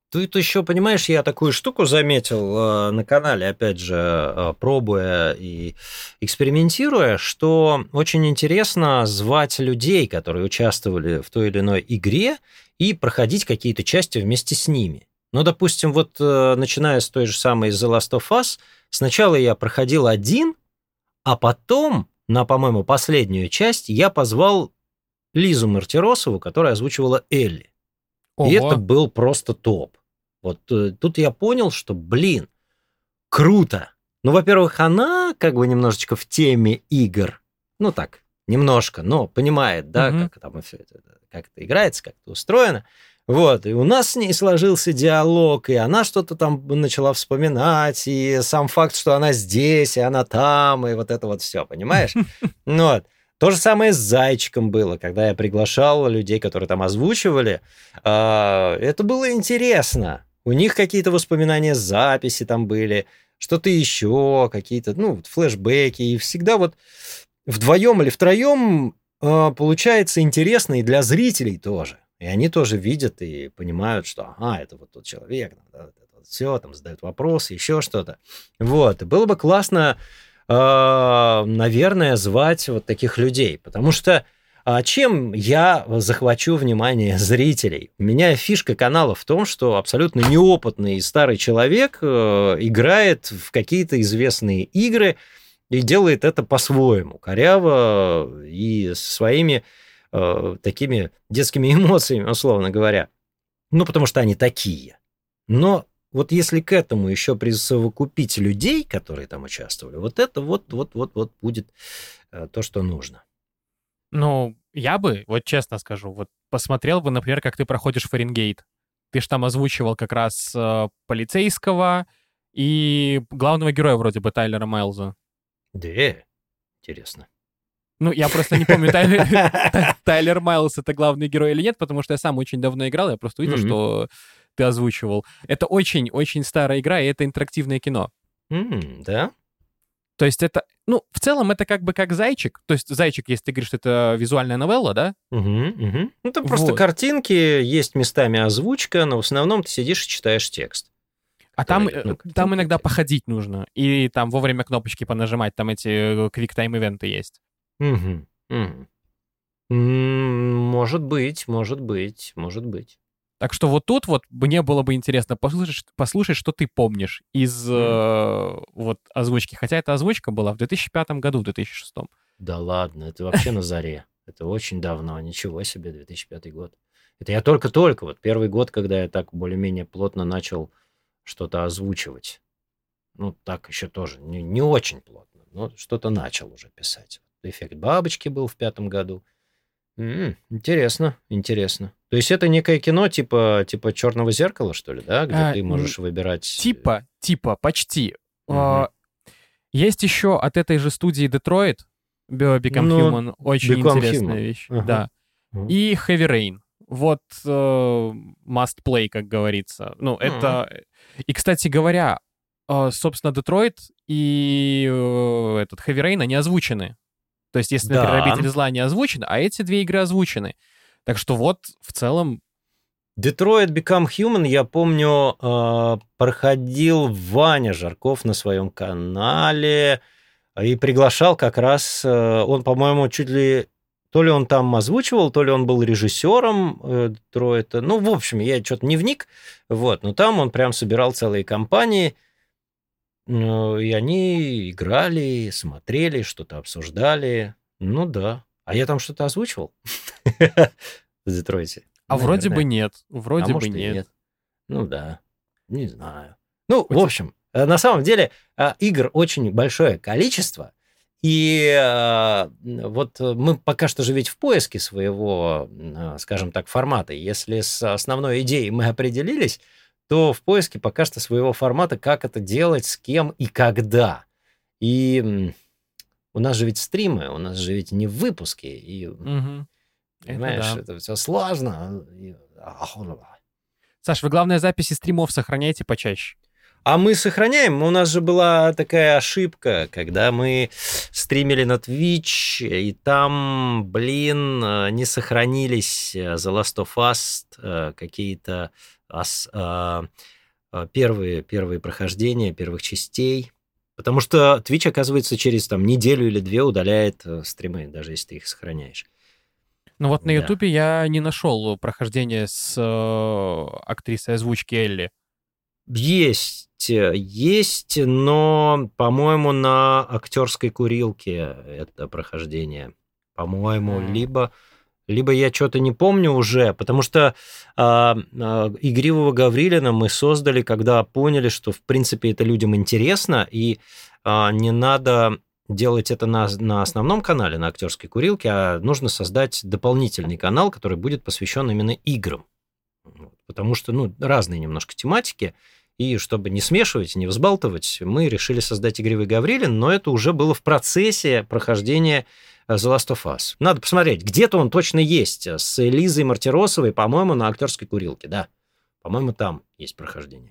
Тут еще, понимаешь, я такую штуку заметил э, на канале, опять же, э, пробуя и экспериментируя, что очень интересно звать людей, которые участвовали в той или иной игре, и проходить какие-то части вместе с ними. Ну, допустим, вот э, начиная с той же самой The Last of Us, сначала я проходил один, а потом, на, по-моему, последнюю часть, я позвал Лизу Мартиросову, которая озвучивала Элли. Ого. И это был просто топ. Вот э, тут я понял, что, блин, круто. Ну, во-первых, она как бы немножечко в теме игр. Ну, так, немножко, но понимает, да, Мгм. как там все это, как это играется, как это устроено. Вот, и у нас с ней сложился диалог, и она что-то там начала вспоминать, и сам факт, что она здесь, и она там, и вот это вот все, понимаешь? Ну вот. То же самое с Зайчиком было, когда я приглашал людей, которые там озвучивали. А, Это было интересно. У них какие-то воспоминания с записи там были, что-то еще, какие-то, ну, вот флешбеки. И всегда вот вдвоем или втроем а, получается интересно и для зрителей тоже. И они тоже видят и понимают, что, ага, это вот тот человек, да, вот это вот все, там задают вопросы, еще что-то. Вот. И было бы классно, э, наверное, звать вот таких людей, потому что а чем я захвачу внимание зрителей? У меня фишка канала в том, что абсолютно неопытный старый человек э, играет в какие-то известные игры и делает это по-своему, коряво и со своими э, такими детскими эмоциями, условно говоря. Ну, потому что они такие. Но вот если к этому еще присовокупить людей, которые там участвовали, вот это вот-вот-вот-вот будет э, то, что нужно. Ну, я бы, вот честно скажу, вот посмотрел бы, например, как ты проходишь Фаренгейт. Ты же там озвучивал как раз э, полицейского и главного героя вроде бы Тайлера Майлза. Да, интересно. Ну, я просто не помню, Тайлер, Тайлер Майлз — это главный герой или нет, потому что я сам очень давно играл, я просто увидел, Мгм. что ты озвучивал. Это очень-очень старая игра, и это интерактивное кино. М, да? То есть это, ну, в целом это как бы как «Зайчик». То есть «Зайчик», если ты говоришь, что это визуальная новелла, да? Мгм, мгм. Ну, там просто Вот. картинки, есть местами озвучка, но в основном ты сидишь и читаешь текст. А там, который, ну, э, картинки там иногда эти. походить нужно. И там вовремя кнопочки понажимать, там эти квик-тайм-ивенты есть. Мгм, мгм. М, Может быть, может быть, может быть. Так что вот тут вот мне было бы интересно послушать, послушать, что ты помнишь из э, вот озвучки. Хотя эта озвучка была в две тысячи пятом году, в две тысячи шестом. Да ладно, это вообще на заре. Это очень давно, ничего себе, две тысячи пятый год. Это я только-только, вот первый год, когда я так более-менее плотно начал что-то озвучивать. Ну, так еще тоже, не, не очень плотно, но что-то начал уже писать. «Эффект бабочки» был в пятом году. М, интересно, интересно. То есть это некое кино типа, типа «Черного зеркала», что ли, да? Где А, ты н- можешь выбирать... Типа, типа, почти. Мгм. А, Есть еще от этой же студии Detroit, Be- Become Ну, Human, очень Become интересная Human. вещь. Ага. Да. Мгм. И Heavy Rain. Вот э, must play, как говорится. Ну, это... И, кстати говоря, э, собственно, Детройт и э, этот Heavy Rain, они озвучены. То есть, если, например, Да. «Обитель зла» не озвучен, а эти две игры озвучены. Так что вот, в целом... Detroit Become Human, я помню, э, проходил Ваня Жарков на своем канале и приглашал как раз, э, он, по-моему, чуть ли, то ли он там озвучивал, то ли он был режиссером э, Детройта. Ну, в общем, я что-то не вник, вот, но там он прям собирал целые компании, ну, и они играли, смотрели, что-то обсуждали. Ну да. А я там что-то озвучивал в Детройте. А вроде бы Наверное. нет. Вроде А бы может и нет. нет. Ну да. Не знаю. Ну, У в те- общем, э, на самом деле э, игр очень большое количество. И э, вот э, мы пока что же ведь в поиске своего, э, скажем так, формата. Если с основной идеей мы определились, то в поиске пока что своего формата, как это делать, с кем и когда. И м, у нас же ведь стримы, у нас же ведь не выпуски. И, Мгм. Это понимаешь, да. это все сложно. И- Саш, вы, главное, записи стримов сохраняйте почаще. А мы сохраняем. У нас же была такая ошибка, когда мы стримили на Twitch, и там, блин, не сохранились The Last of Us какие-то первые, первые прохождения первых частей. Потому что Twitch, оказывается, через там, неделю или две удаляет стримы, даже если ты их сохраняешь. Ну вот на Да. Ютубе я не нашел прохождение с э, актрисой озвучки Элли. Есть, есть, но, по-моему, на актерской курилке это прохождение. По-моему, Mm. либо, либо я что-то не помню уже, потому что а, а, Игривого Гаврилина мы создали, когда поняли, что, в принципе, это людям интересно, и а, не надо делать это на, на основном канале, на актерской курилке, а нужно создать дополнительный канал, который будет посвящен именно играм. Потому что, ну, разные немножко тематики, и чтобы не смешивать, не взбалтывать, мы решили создать Игривый Гаврилин, но это уже было в процессе прохождения The Last of Us. Надо посмотреть, где-то он точно есть, с Лизой Мартиросовой, по-моему, на актерской курилке, да. По-моему, там есть прохождение.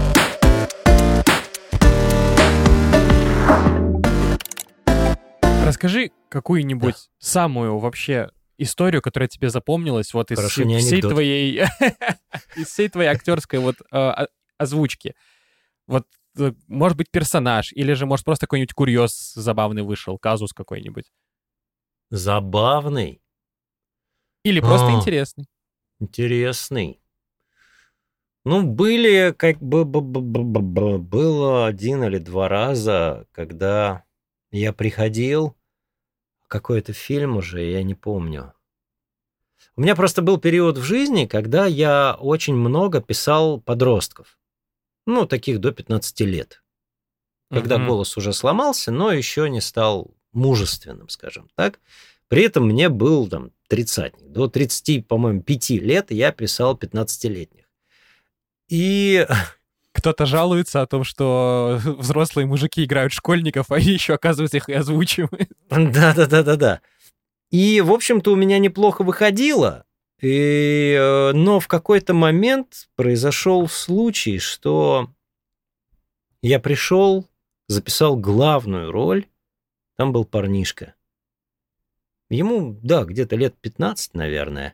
Расскажи какую-нибудь да. самую вообще историю, которая тебе запомнилась вот из Хорошо, всей твоей из всей твоей актерской вот озвучки. Вот, может быть, персонаж, или же, может, просто какой-нибудь курьез забавный вышел, казус какой-нибудь. Забавный? Или просто а, интересный. Интересный. Ну, были, как бы, было один или два раза, когда я приходил, какой-то фильм уже, я не помню. У меня просто был период в жизни, когда я очень много писал подростков. Ну, таких до пятнадцати лет. Когда mm-hmm. голос уже сломался, но еще не стал мужественным, скажем так. При этом мне был там тридцатник. До тридцати, по-моему, пяти лет я писал пятнадцатилетних. И... Кто-то жалуется о том, что взрослые мужики играют школьников, а они еще, оказывается, их и озвучивают. Да-да-да-да-да. И, в общем-то, у меня неплохо выходило. И, но в какой-то момент произошел случай, что я пришел, записал главную роль, там был парнишка. Ему, да, где-то лет пятнадцать, наверное.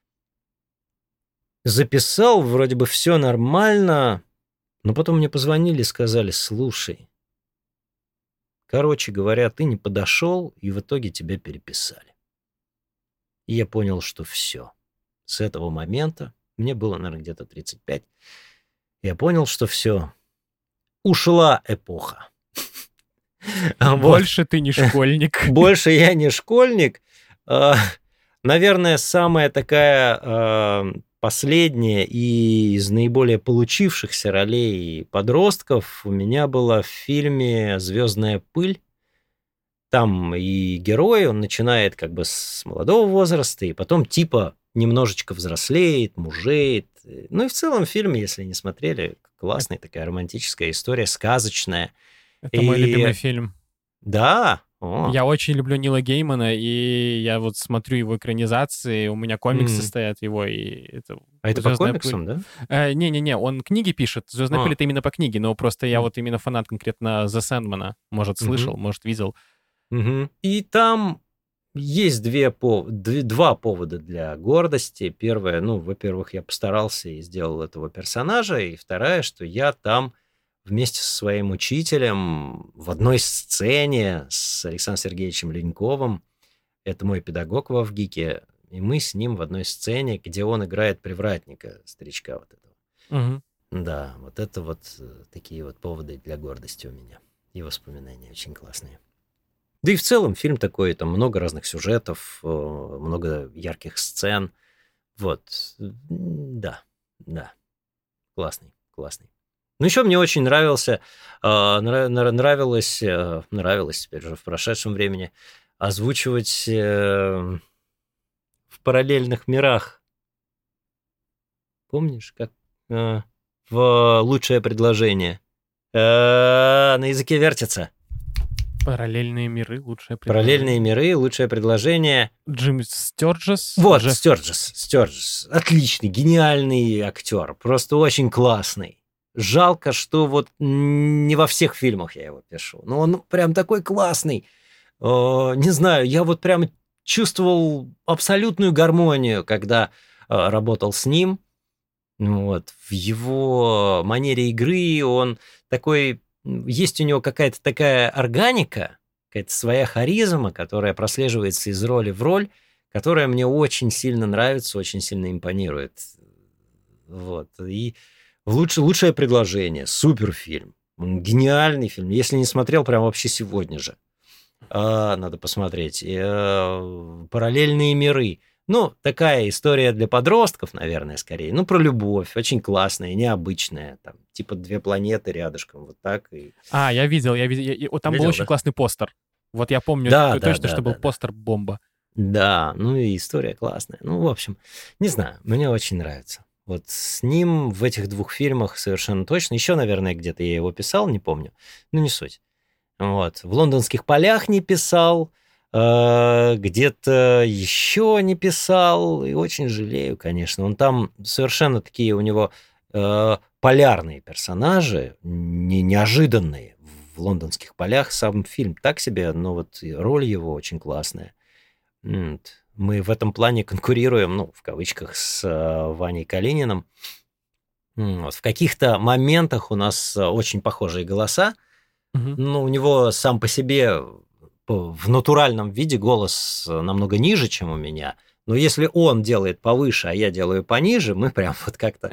Записал, вроде бы все нормально, но потом мне позвонили и сказали: слушай, короче говоря, ты не подошел, и в итоге тебя переписали. И я понял, что все. С этого момента, мне было, наверное, где-то тридцать пять, я понял, что все, ушла эпоха. Больше ты не школьник. Больше я не школьник. Наверное, самая такая последняя и из наиболее получившихся ролей подростков у меня была в фильме «Звездная пыль». Там и герой, он начинает как бы с молодого возраста, и потом типа немножечко взрослеет, мужеет. Ну и в целом фильм, если не смотрели, классная такая романтическая история, сказочная. Это и... мой любимый фильм. Да? О. Я очень люблю Нила Геймана, и я вот смотрю его экранизации, у меня комиксы mm. стоят его, и это... А это по комиксам, пыль. да? Не-не-не, э, он книги пишет, «Звездная а. пыль» — это именно по книге, но просто я mm. вот именно фанат конкретно The Sandman, может, слышал, mm-hmm. может, видел. Mm-hmm. И там есть две пов... два повода для гордости. Первое, ну, во-первых, я постарался и сделал этого персонажа, и вторая, что я там... вместе со своим учителем в одной сцене с Александром Сергеевичем Леньковым. Это мой педагог во ВГИКе. И мы с ним в одной сцене, где он играет привратника, старичка вот этого. Угу. Да, вот это вот такие вот поводы для гордости у меня. И воспоминания очень классные. Да и в целом фильм такой, там много разных сюжетов, много ярких сцен. Вот. Да, да. Классный, классный. Ну, еще мне очень нравился, э, нравилось, э, нравилось теперь уже в прошедшем времени озвучивать э, в параллельных мирах. Помнишь, как э, в «Лучшее предложение»? Э, на языке вертится. Параллельные миры, лучшее предложение. Параллельные миры, лучшее предложение. Джим Стёрджес. Вот, Джефф... Стёрджес, Стёрджес. Отличный, гениальный актер, просто очень классный. жалко, что вот не во всех фильмах я его пишу. Но он прям такой классный. Не знаю, я вот прям чувствовал абсолютную гармонию, когда работал с ним. Вот. В его манере игры он такой... Есть у него какая-то такая органика, какая-то своя харизма, которая прослеживается из роли в роль, которая мне очень сильно нравится, очень сильно импонирует. Вот. И лучше, лучшее предложение. Суперфильм. Гениальный фильм. Если не смотрел, прям вообще сегодня же. А, надо посмотреть. И, а, «Параллельные миры». Ну, такая история для подростков, наверное, скорее. Ну, про любовь. Очень классная, необычная. Там, типа две планеты рядышком. Вот так. И... А, я видел. я видел. Я, там видел, был очень да? классный постер. Вот я помню да, точно, да, что да, был да, постер бомба. Да, ну и история классная. Ну, в общем, не знаю, мне очень нравится. Вот с ним в этих двух фильмах совершенно точно. Еще, наверное, где-то я его писал, не помню. Ну, не суть. Вот. В «Лондонских полях» не писал, э, где-то еще не писал. И очень жалею, конечно. Он там совершенно такие у него э, полярные персонажи, не, неожиданные. В «Лондонских полях» сам фильм так себе, но вот роль его очень классная. Мы в этом плане конкурируем, ну, в кавычках, с э, Ваней Калининым. Вот. В каких-то моментах у нас очень похожие голоса. Угу. Ну, у него сам по себе в натуральном виде голос намного ниже, чем у меня. Но если он делает повыше, а я делаю пониже, мы прям вот как-то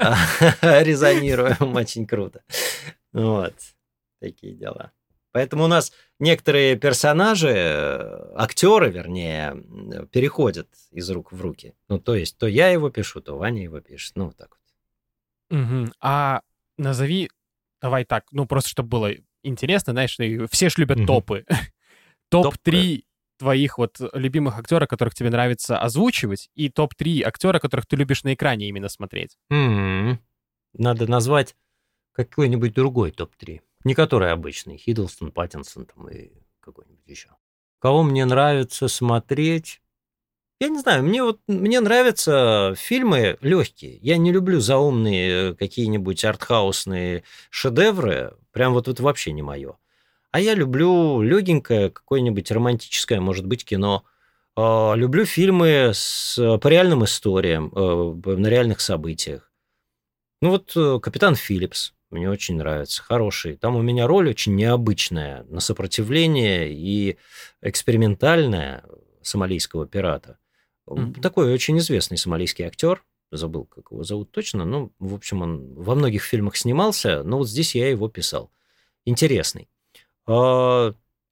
резонируем очень круто. Вот. Такие дела. Поэтому у нас некоторые персонажи, актеры, вернее, переходят из рук в руки. Ну, то есть, то я его пишу, то Ваня его пишет. Ну, вот так вот. Угу. А назови, давай так, ну, просто чтобы было интересно, знаешь, все ж любят угу. топы. топ три твоих вот любимых актера, которых тебе нравится озвучивать, и топ три актера, которых ты любишь на экране именно смотреть. Угу. Надо назвать какой-нибудь другой топ три. Не который обычный, Хиддлстон, Паттинсон там и какой-нибудь еще. Кого мне нравится смотреть? Я не знаю, мне вот мне нравятся фильмы легкие. Я не люблю заумные какие-нибудь артхаусные шедевры. Прям вот это вообще не мое. А я люблю легенькое, какое-нибудь романтическое, может быть, кино. Люблю фильмы с, по реальным историям, на реальных событиях. Ну вот «Капитан Филлипс». Мне очень нравится. Хороший. Там у меня роль очень необычная. На сопротивление и экспериментальная сомалийского пирата. Mm-hmm. Такой очень известный сомалийский актер. Забыл, как его зовут точно. Ну, в общем, он во многих фильмах снимался, но вот здесь я его писал. Интересный. А...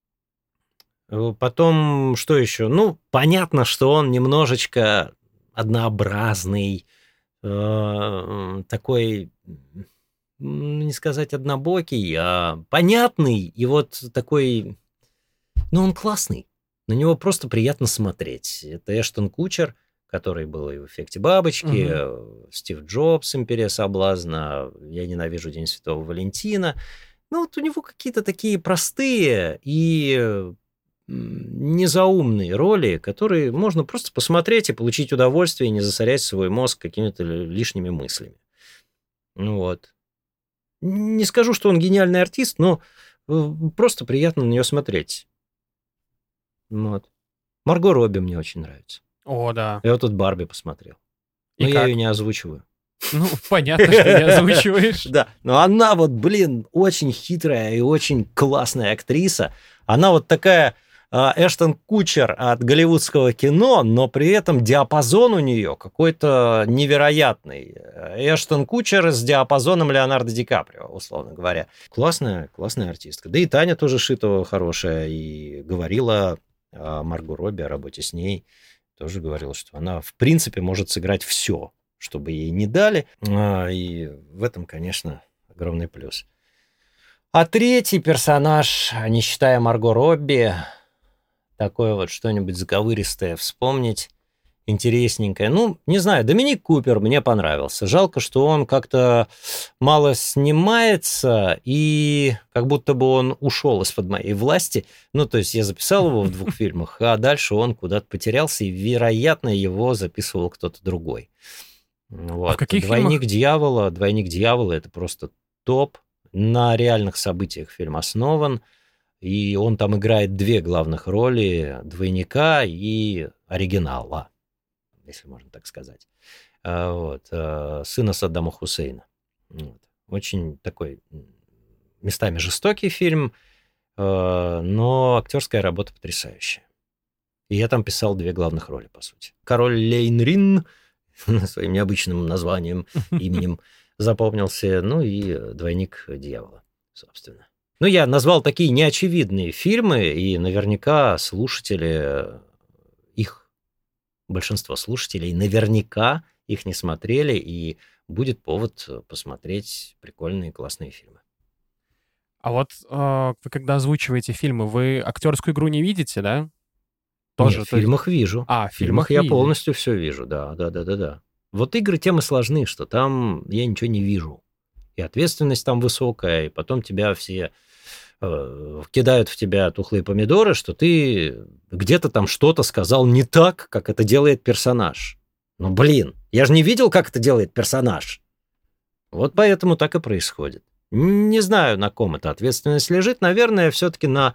Потом, что еще? Ну, понятно, что он немножечко однообразный, такой... не сказать однобокий, а понятный и вот такой, ну, он классный. На него просто приятно смотреть. Это Эштон Кутчер, который был и в «Эффекте бабочки», угу. Стив Джобс, «Империя соблазна», «Я ненавижу День Святого Валентина». Ну, вот у него какие-то такие простые и незаумные роли, которые можно просто посмотреть и получить удовольствие, и не засорять свой мозг какими-то лишними мыслями. Ну вот. Не скажу, что он гениальный артист, но просто приятно на нее смотреть. Вот. Марго Робби мне очень нравится. О, да. Я вот тут Барби посмотрел. Но я ее не озвучиваю. Ну, понятно, что не озвучиваешь. Да, но она вот, блин, очень хитрая и очень классная актриса. Она вот такая Эштон Кутчер от голливудского кино, но при этом диапазон у нее какой-то невероятный. Эштон Кутчер с диапазоном Леонардо Ди Каприо, условно говоря. Классная, классная артистка. Да и Таня тоже Шитова хорошая, и говорила о Марго Робби, о работе с ней. Тоже говорила, что она, в принципе, может сыграть все, что бы ей не дали. И в этом, конечно, огромный плюс. А третий персонаж, не считая Марго Робби, такое вот что-нибудь заковыристое вспомнить, интересненькое. Ну, не знаю, Доминик Купер мне понравился. Жалко, что он как-то мало снимается, и как будто бы он ушел из-под моей власти. Ну, то есть я записал его в двух фильмах, а дальше он куда-то потерялся, и, вероятно, его записывал кто-то другой. Вот. А в каких «Двойник фильмах? дьявола», «Двойник дьявола» — это просто топ. На реальных событиях фильм основан, и он там играет две главных роли — двойника и оригинала, если можно так сказать. А, Вот. а, Сына Саддама Хусейна. Вот. Очень такой м, местами жестокий фильм, а, но актерская работа потрясающая. И я там писал две главных роли, по сути. Король Лейнрин своим необычным названием, именем запомнился, ну и «Двойник дьявола», собственно. Ну, я назвал такие неочевидные фильмы, и наверняка слушатели их, большинство слушателей наверняка их не смотрели, и будет повод посмотреть прикольные, классные фильмы. А вот э, вы когда озвучиваете фильмы, вы актерскую игру не видите, да? Тоже, Нет, в то есть- фильмах вижу. А, в В фильмах фильмах я видите. полностью все вижу, да, да, да, да, да. Вот игры тем и сложны, что там я ничего не вижу. И ответственность там высокая, и потом тебя все э, кидают в тебя тухлые помидоры, что ты где-то там что-то сказал не так, как это делает персонаж. Ну, блин, я же не видел, как это делает персонаж. Вот поэтому так и происходит. Не знаю, на ком эта ответственность лежит. Наверное, все-таки на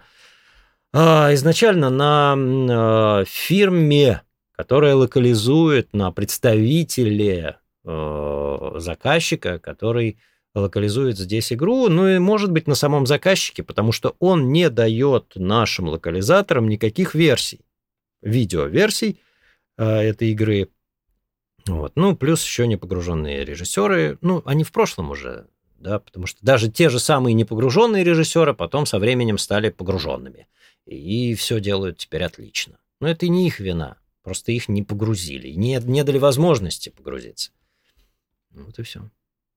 а, изначально на м, а, фирме, которая локализует, на представителе э, заказчика, который локализует здесь игру, ну и, может быть, на самом заказчике, потому что он не дает нашим локализаторам никаких версий, видеоверсий э, этой игры. Вот. Ну, плюс еще непогруженные режиссеры, ну, они в прошлом уже, да, потому что даже те же самые непогруженные режиссеры потом со временем стали погруженными. И все делают теперь отлично. Но это и не их вина. Просто их не погрузили, не, не дали возможности погрузиться. Вот и все.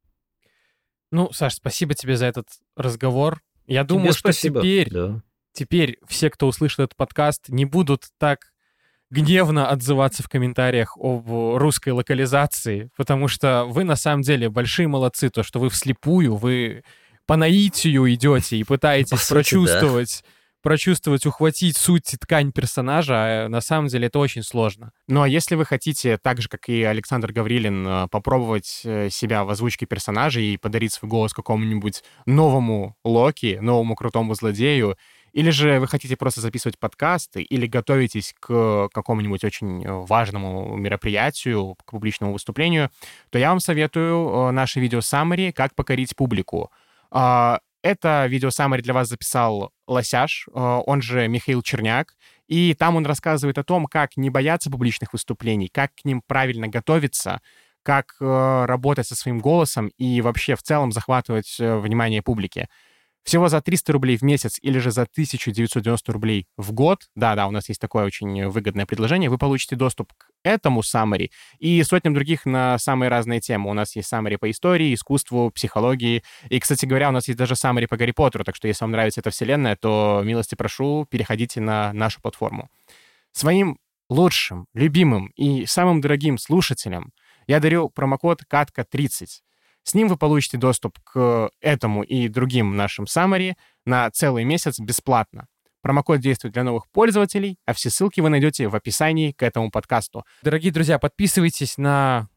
Ну, Саш, спасибо тебе за этот разговор. Я думаю, что спасибо. теперь, Да. теперь все, кто услышит этот подкаст, не будут так гневно отзываться в комментариях об русской локализации, потому что вы на самом деле большие молодцы, то, что вы вслепую, вы по наитию идете и пытаетесь По сути, прочувствовать, прочувствовать, ухватить суть и ткань персонажа, а на самом деле это очень сложно. Ну а если вы хотите, так же, как и Александр Гаврилин, э, попробовать э, себя в озвучке персонажей и подарить свой голос какому-нибудь новому Локи, новому крутому злодею, или же вы хотите просто записывать подкасты, или готовитесь к какому-нибудь очень важному мероприятию, к публичному выступлению, то я вам советую наше видео саммари «Как покорить публику». А, Это видео саммари для вас записал Лосяш, а, он же Михаил Черняк, и там он рассказывает о том, как не бояться публичных выступлений, как к ним правильно готовиться, как э, работать со своим голосом и вообще в целом захватывать э, внимание публики. Всего за триста рублей в месяц или же за тысяча девятьсот девяносто рублей в год, да-да, у нас есть такое очень выгодное предложение, вы получите доступ к этому саммари и сотням других на самые разные темы. У нас есть саммари по истории, искусству, психологии. И, кстати говоря, у нас есть даже саммари по Гарри Поттеру, так что если вам нравится эта вселенная, то, милости прошу, переходите на нашу платформу. Своим лучшим, любимым и самым дорогим слушателям я дарю промокод катка тридцать. С ним вы получите доступ к этому и другим нашим саммари на целый месяц бесплатно. Промокод действует для новых пользователей, а все ссылки вы найдете в описании к этому подкасту. Дорогие друзья, подписывайтесь на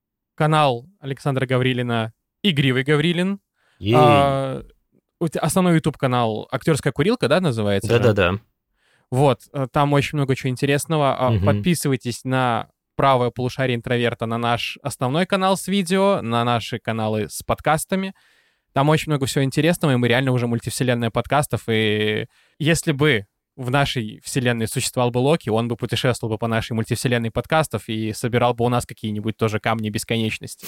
канал Александра Гаврилина «Игривый Гаврилин». Ей. А, основной YouTube-канал «Актерская курилка», да, называется? же? Да-да-да. Вот, э, там очень много чего интересного. А, Мгм. Подписывайтесь на правое полушарие интроверта, на наш основной канал с видео, на наши каналы с подкастами. Там очень много всего интересного, и мы реально уже мультивселенная подкастов. И если бы в нашей вселенной существовал бы Локи, он бы путешествовал бы по нашей мультивселенной подкастов и собирал бы у нас какие-нибудь тоже камни бесконечности.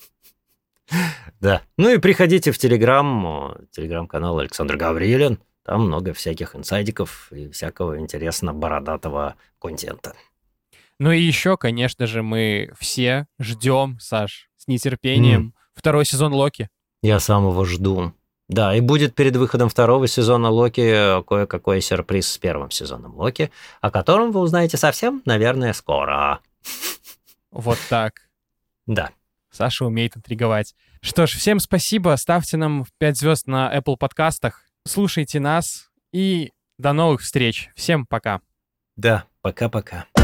Да. Ну и приходите в Телеграм, телеграм-канал Александр Гаврилин. Там много всяких инсайдиков и всякого интересно бородатого контента. Ну и еще, конечно же, мы все ждем, Саш, с нетерпением второй сезон Локи. Я сам его жду. Да, и будет перед выходом второго сезона Локи кое-какой сюрприз с первым сезоном Локи, о котором вы узнаете совсем, наверное, скоро. Вот так. Да. Саша умеет интриговать. Что ж, всем спасибо. Ставьте нам пять звезд на Apple подкастах. Слушайте нас. И до новых встреч. Всем пока. Да, пока-пока.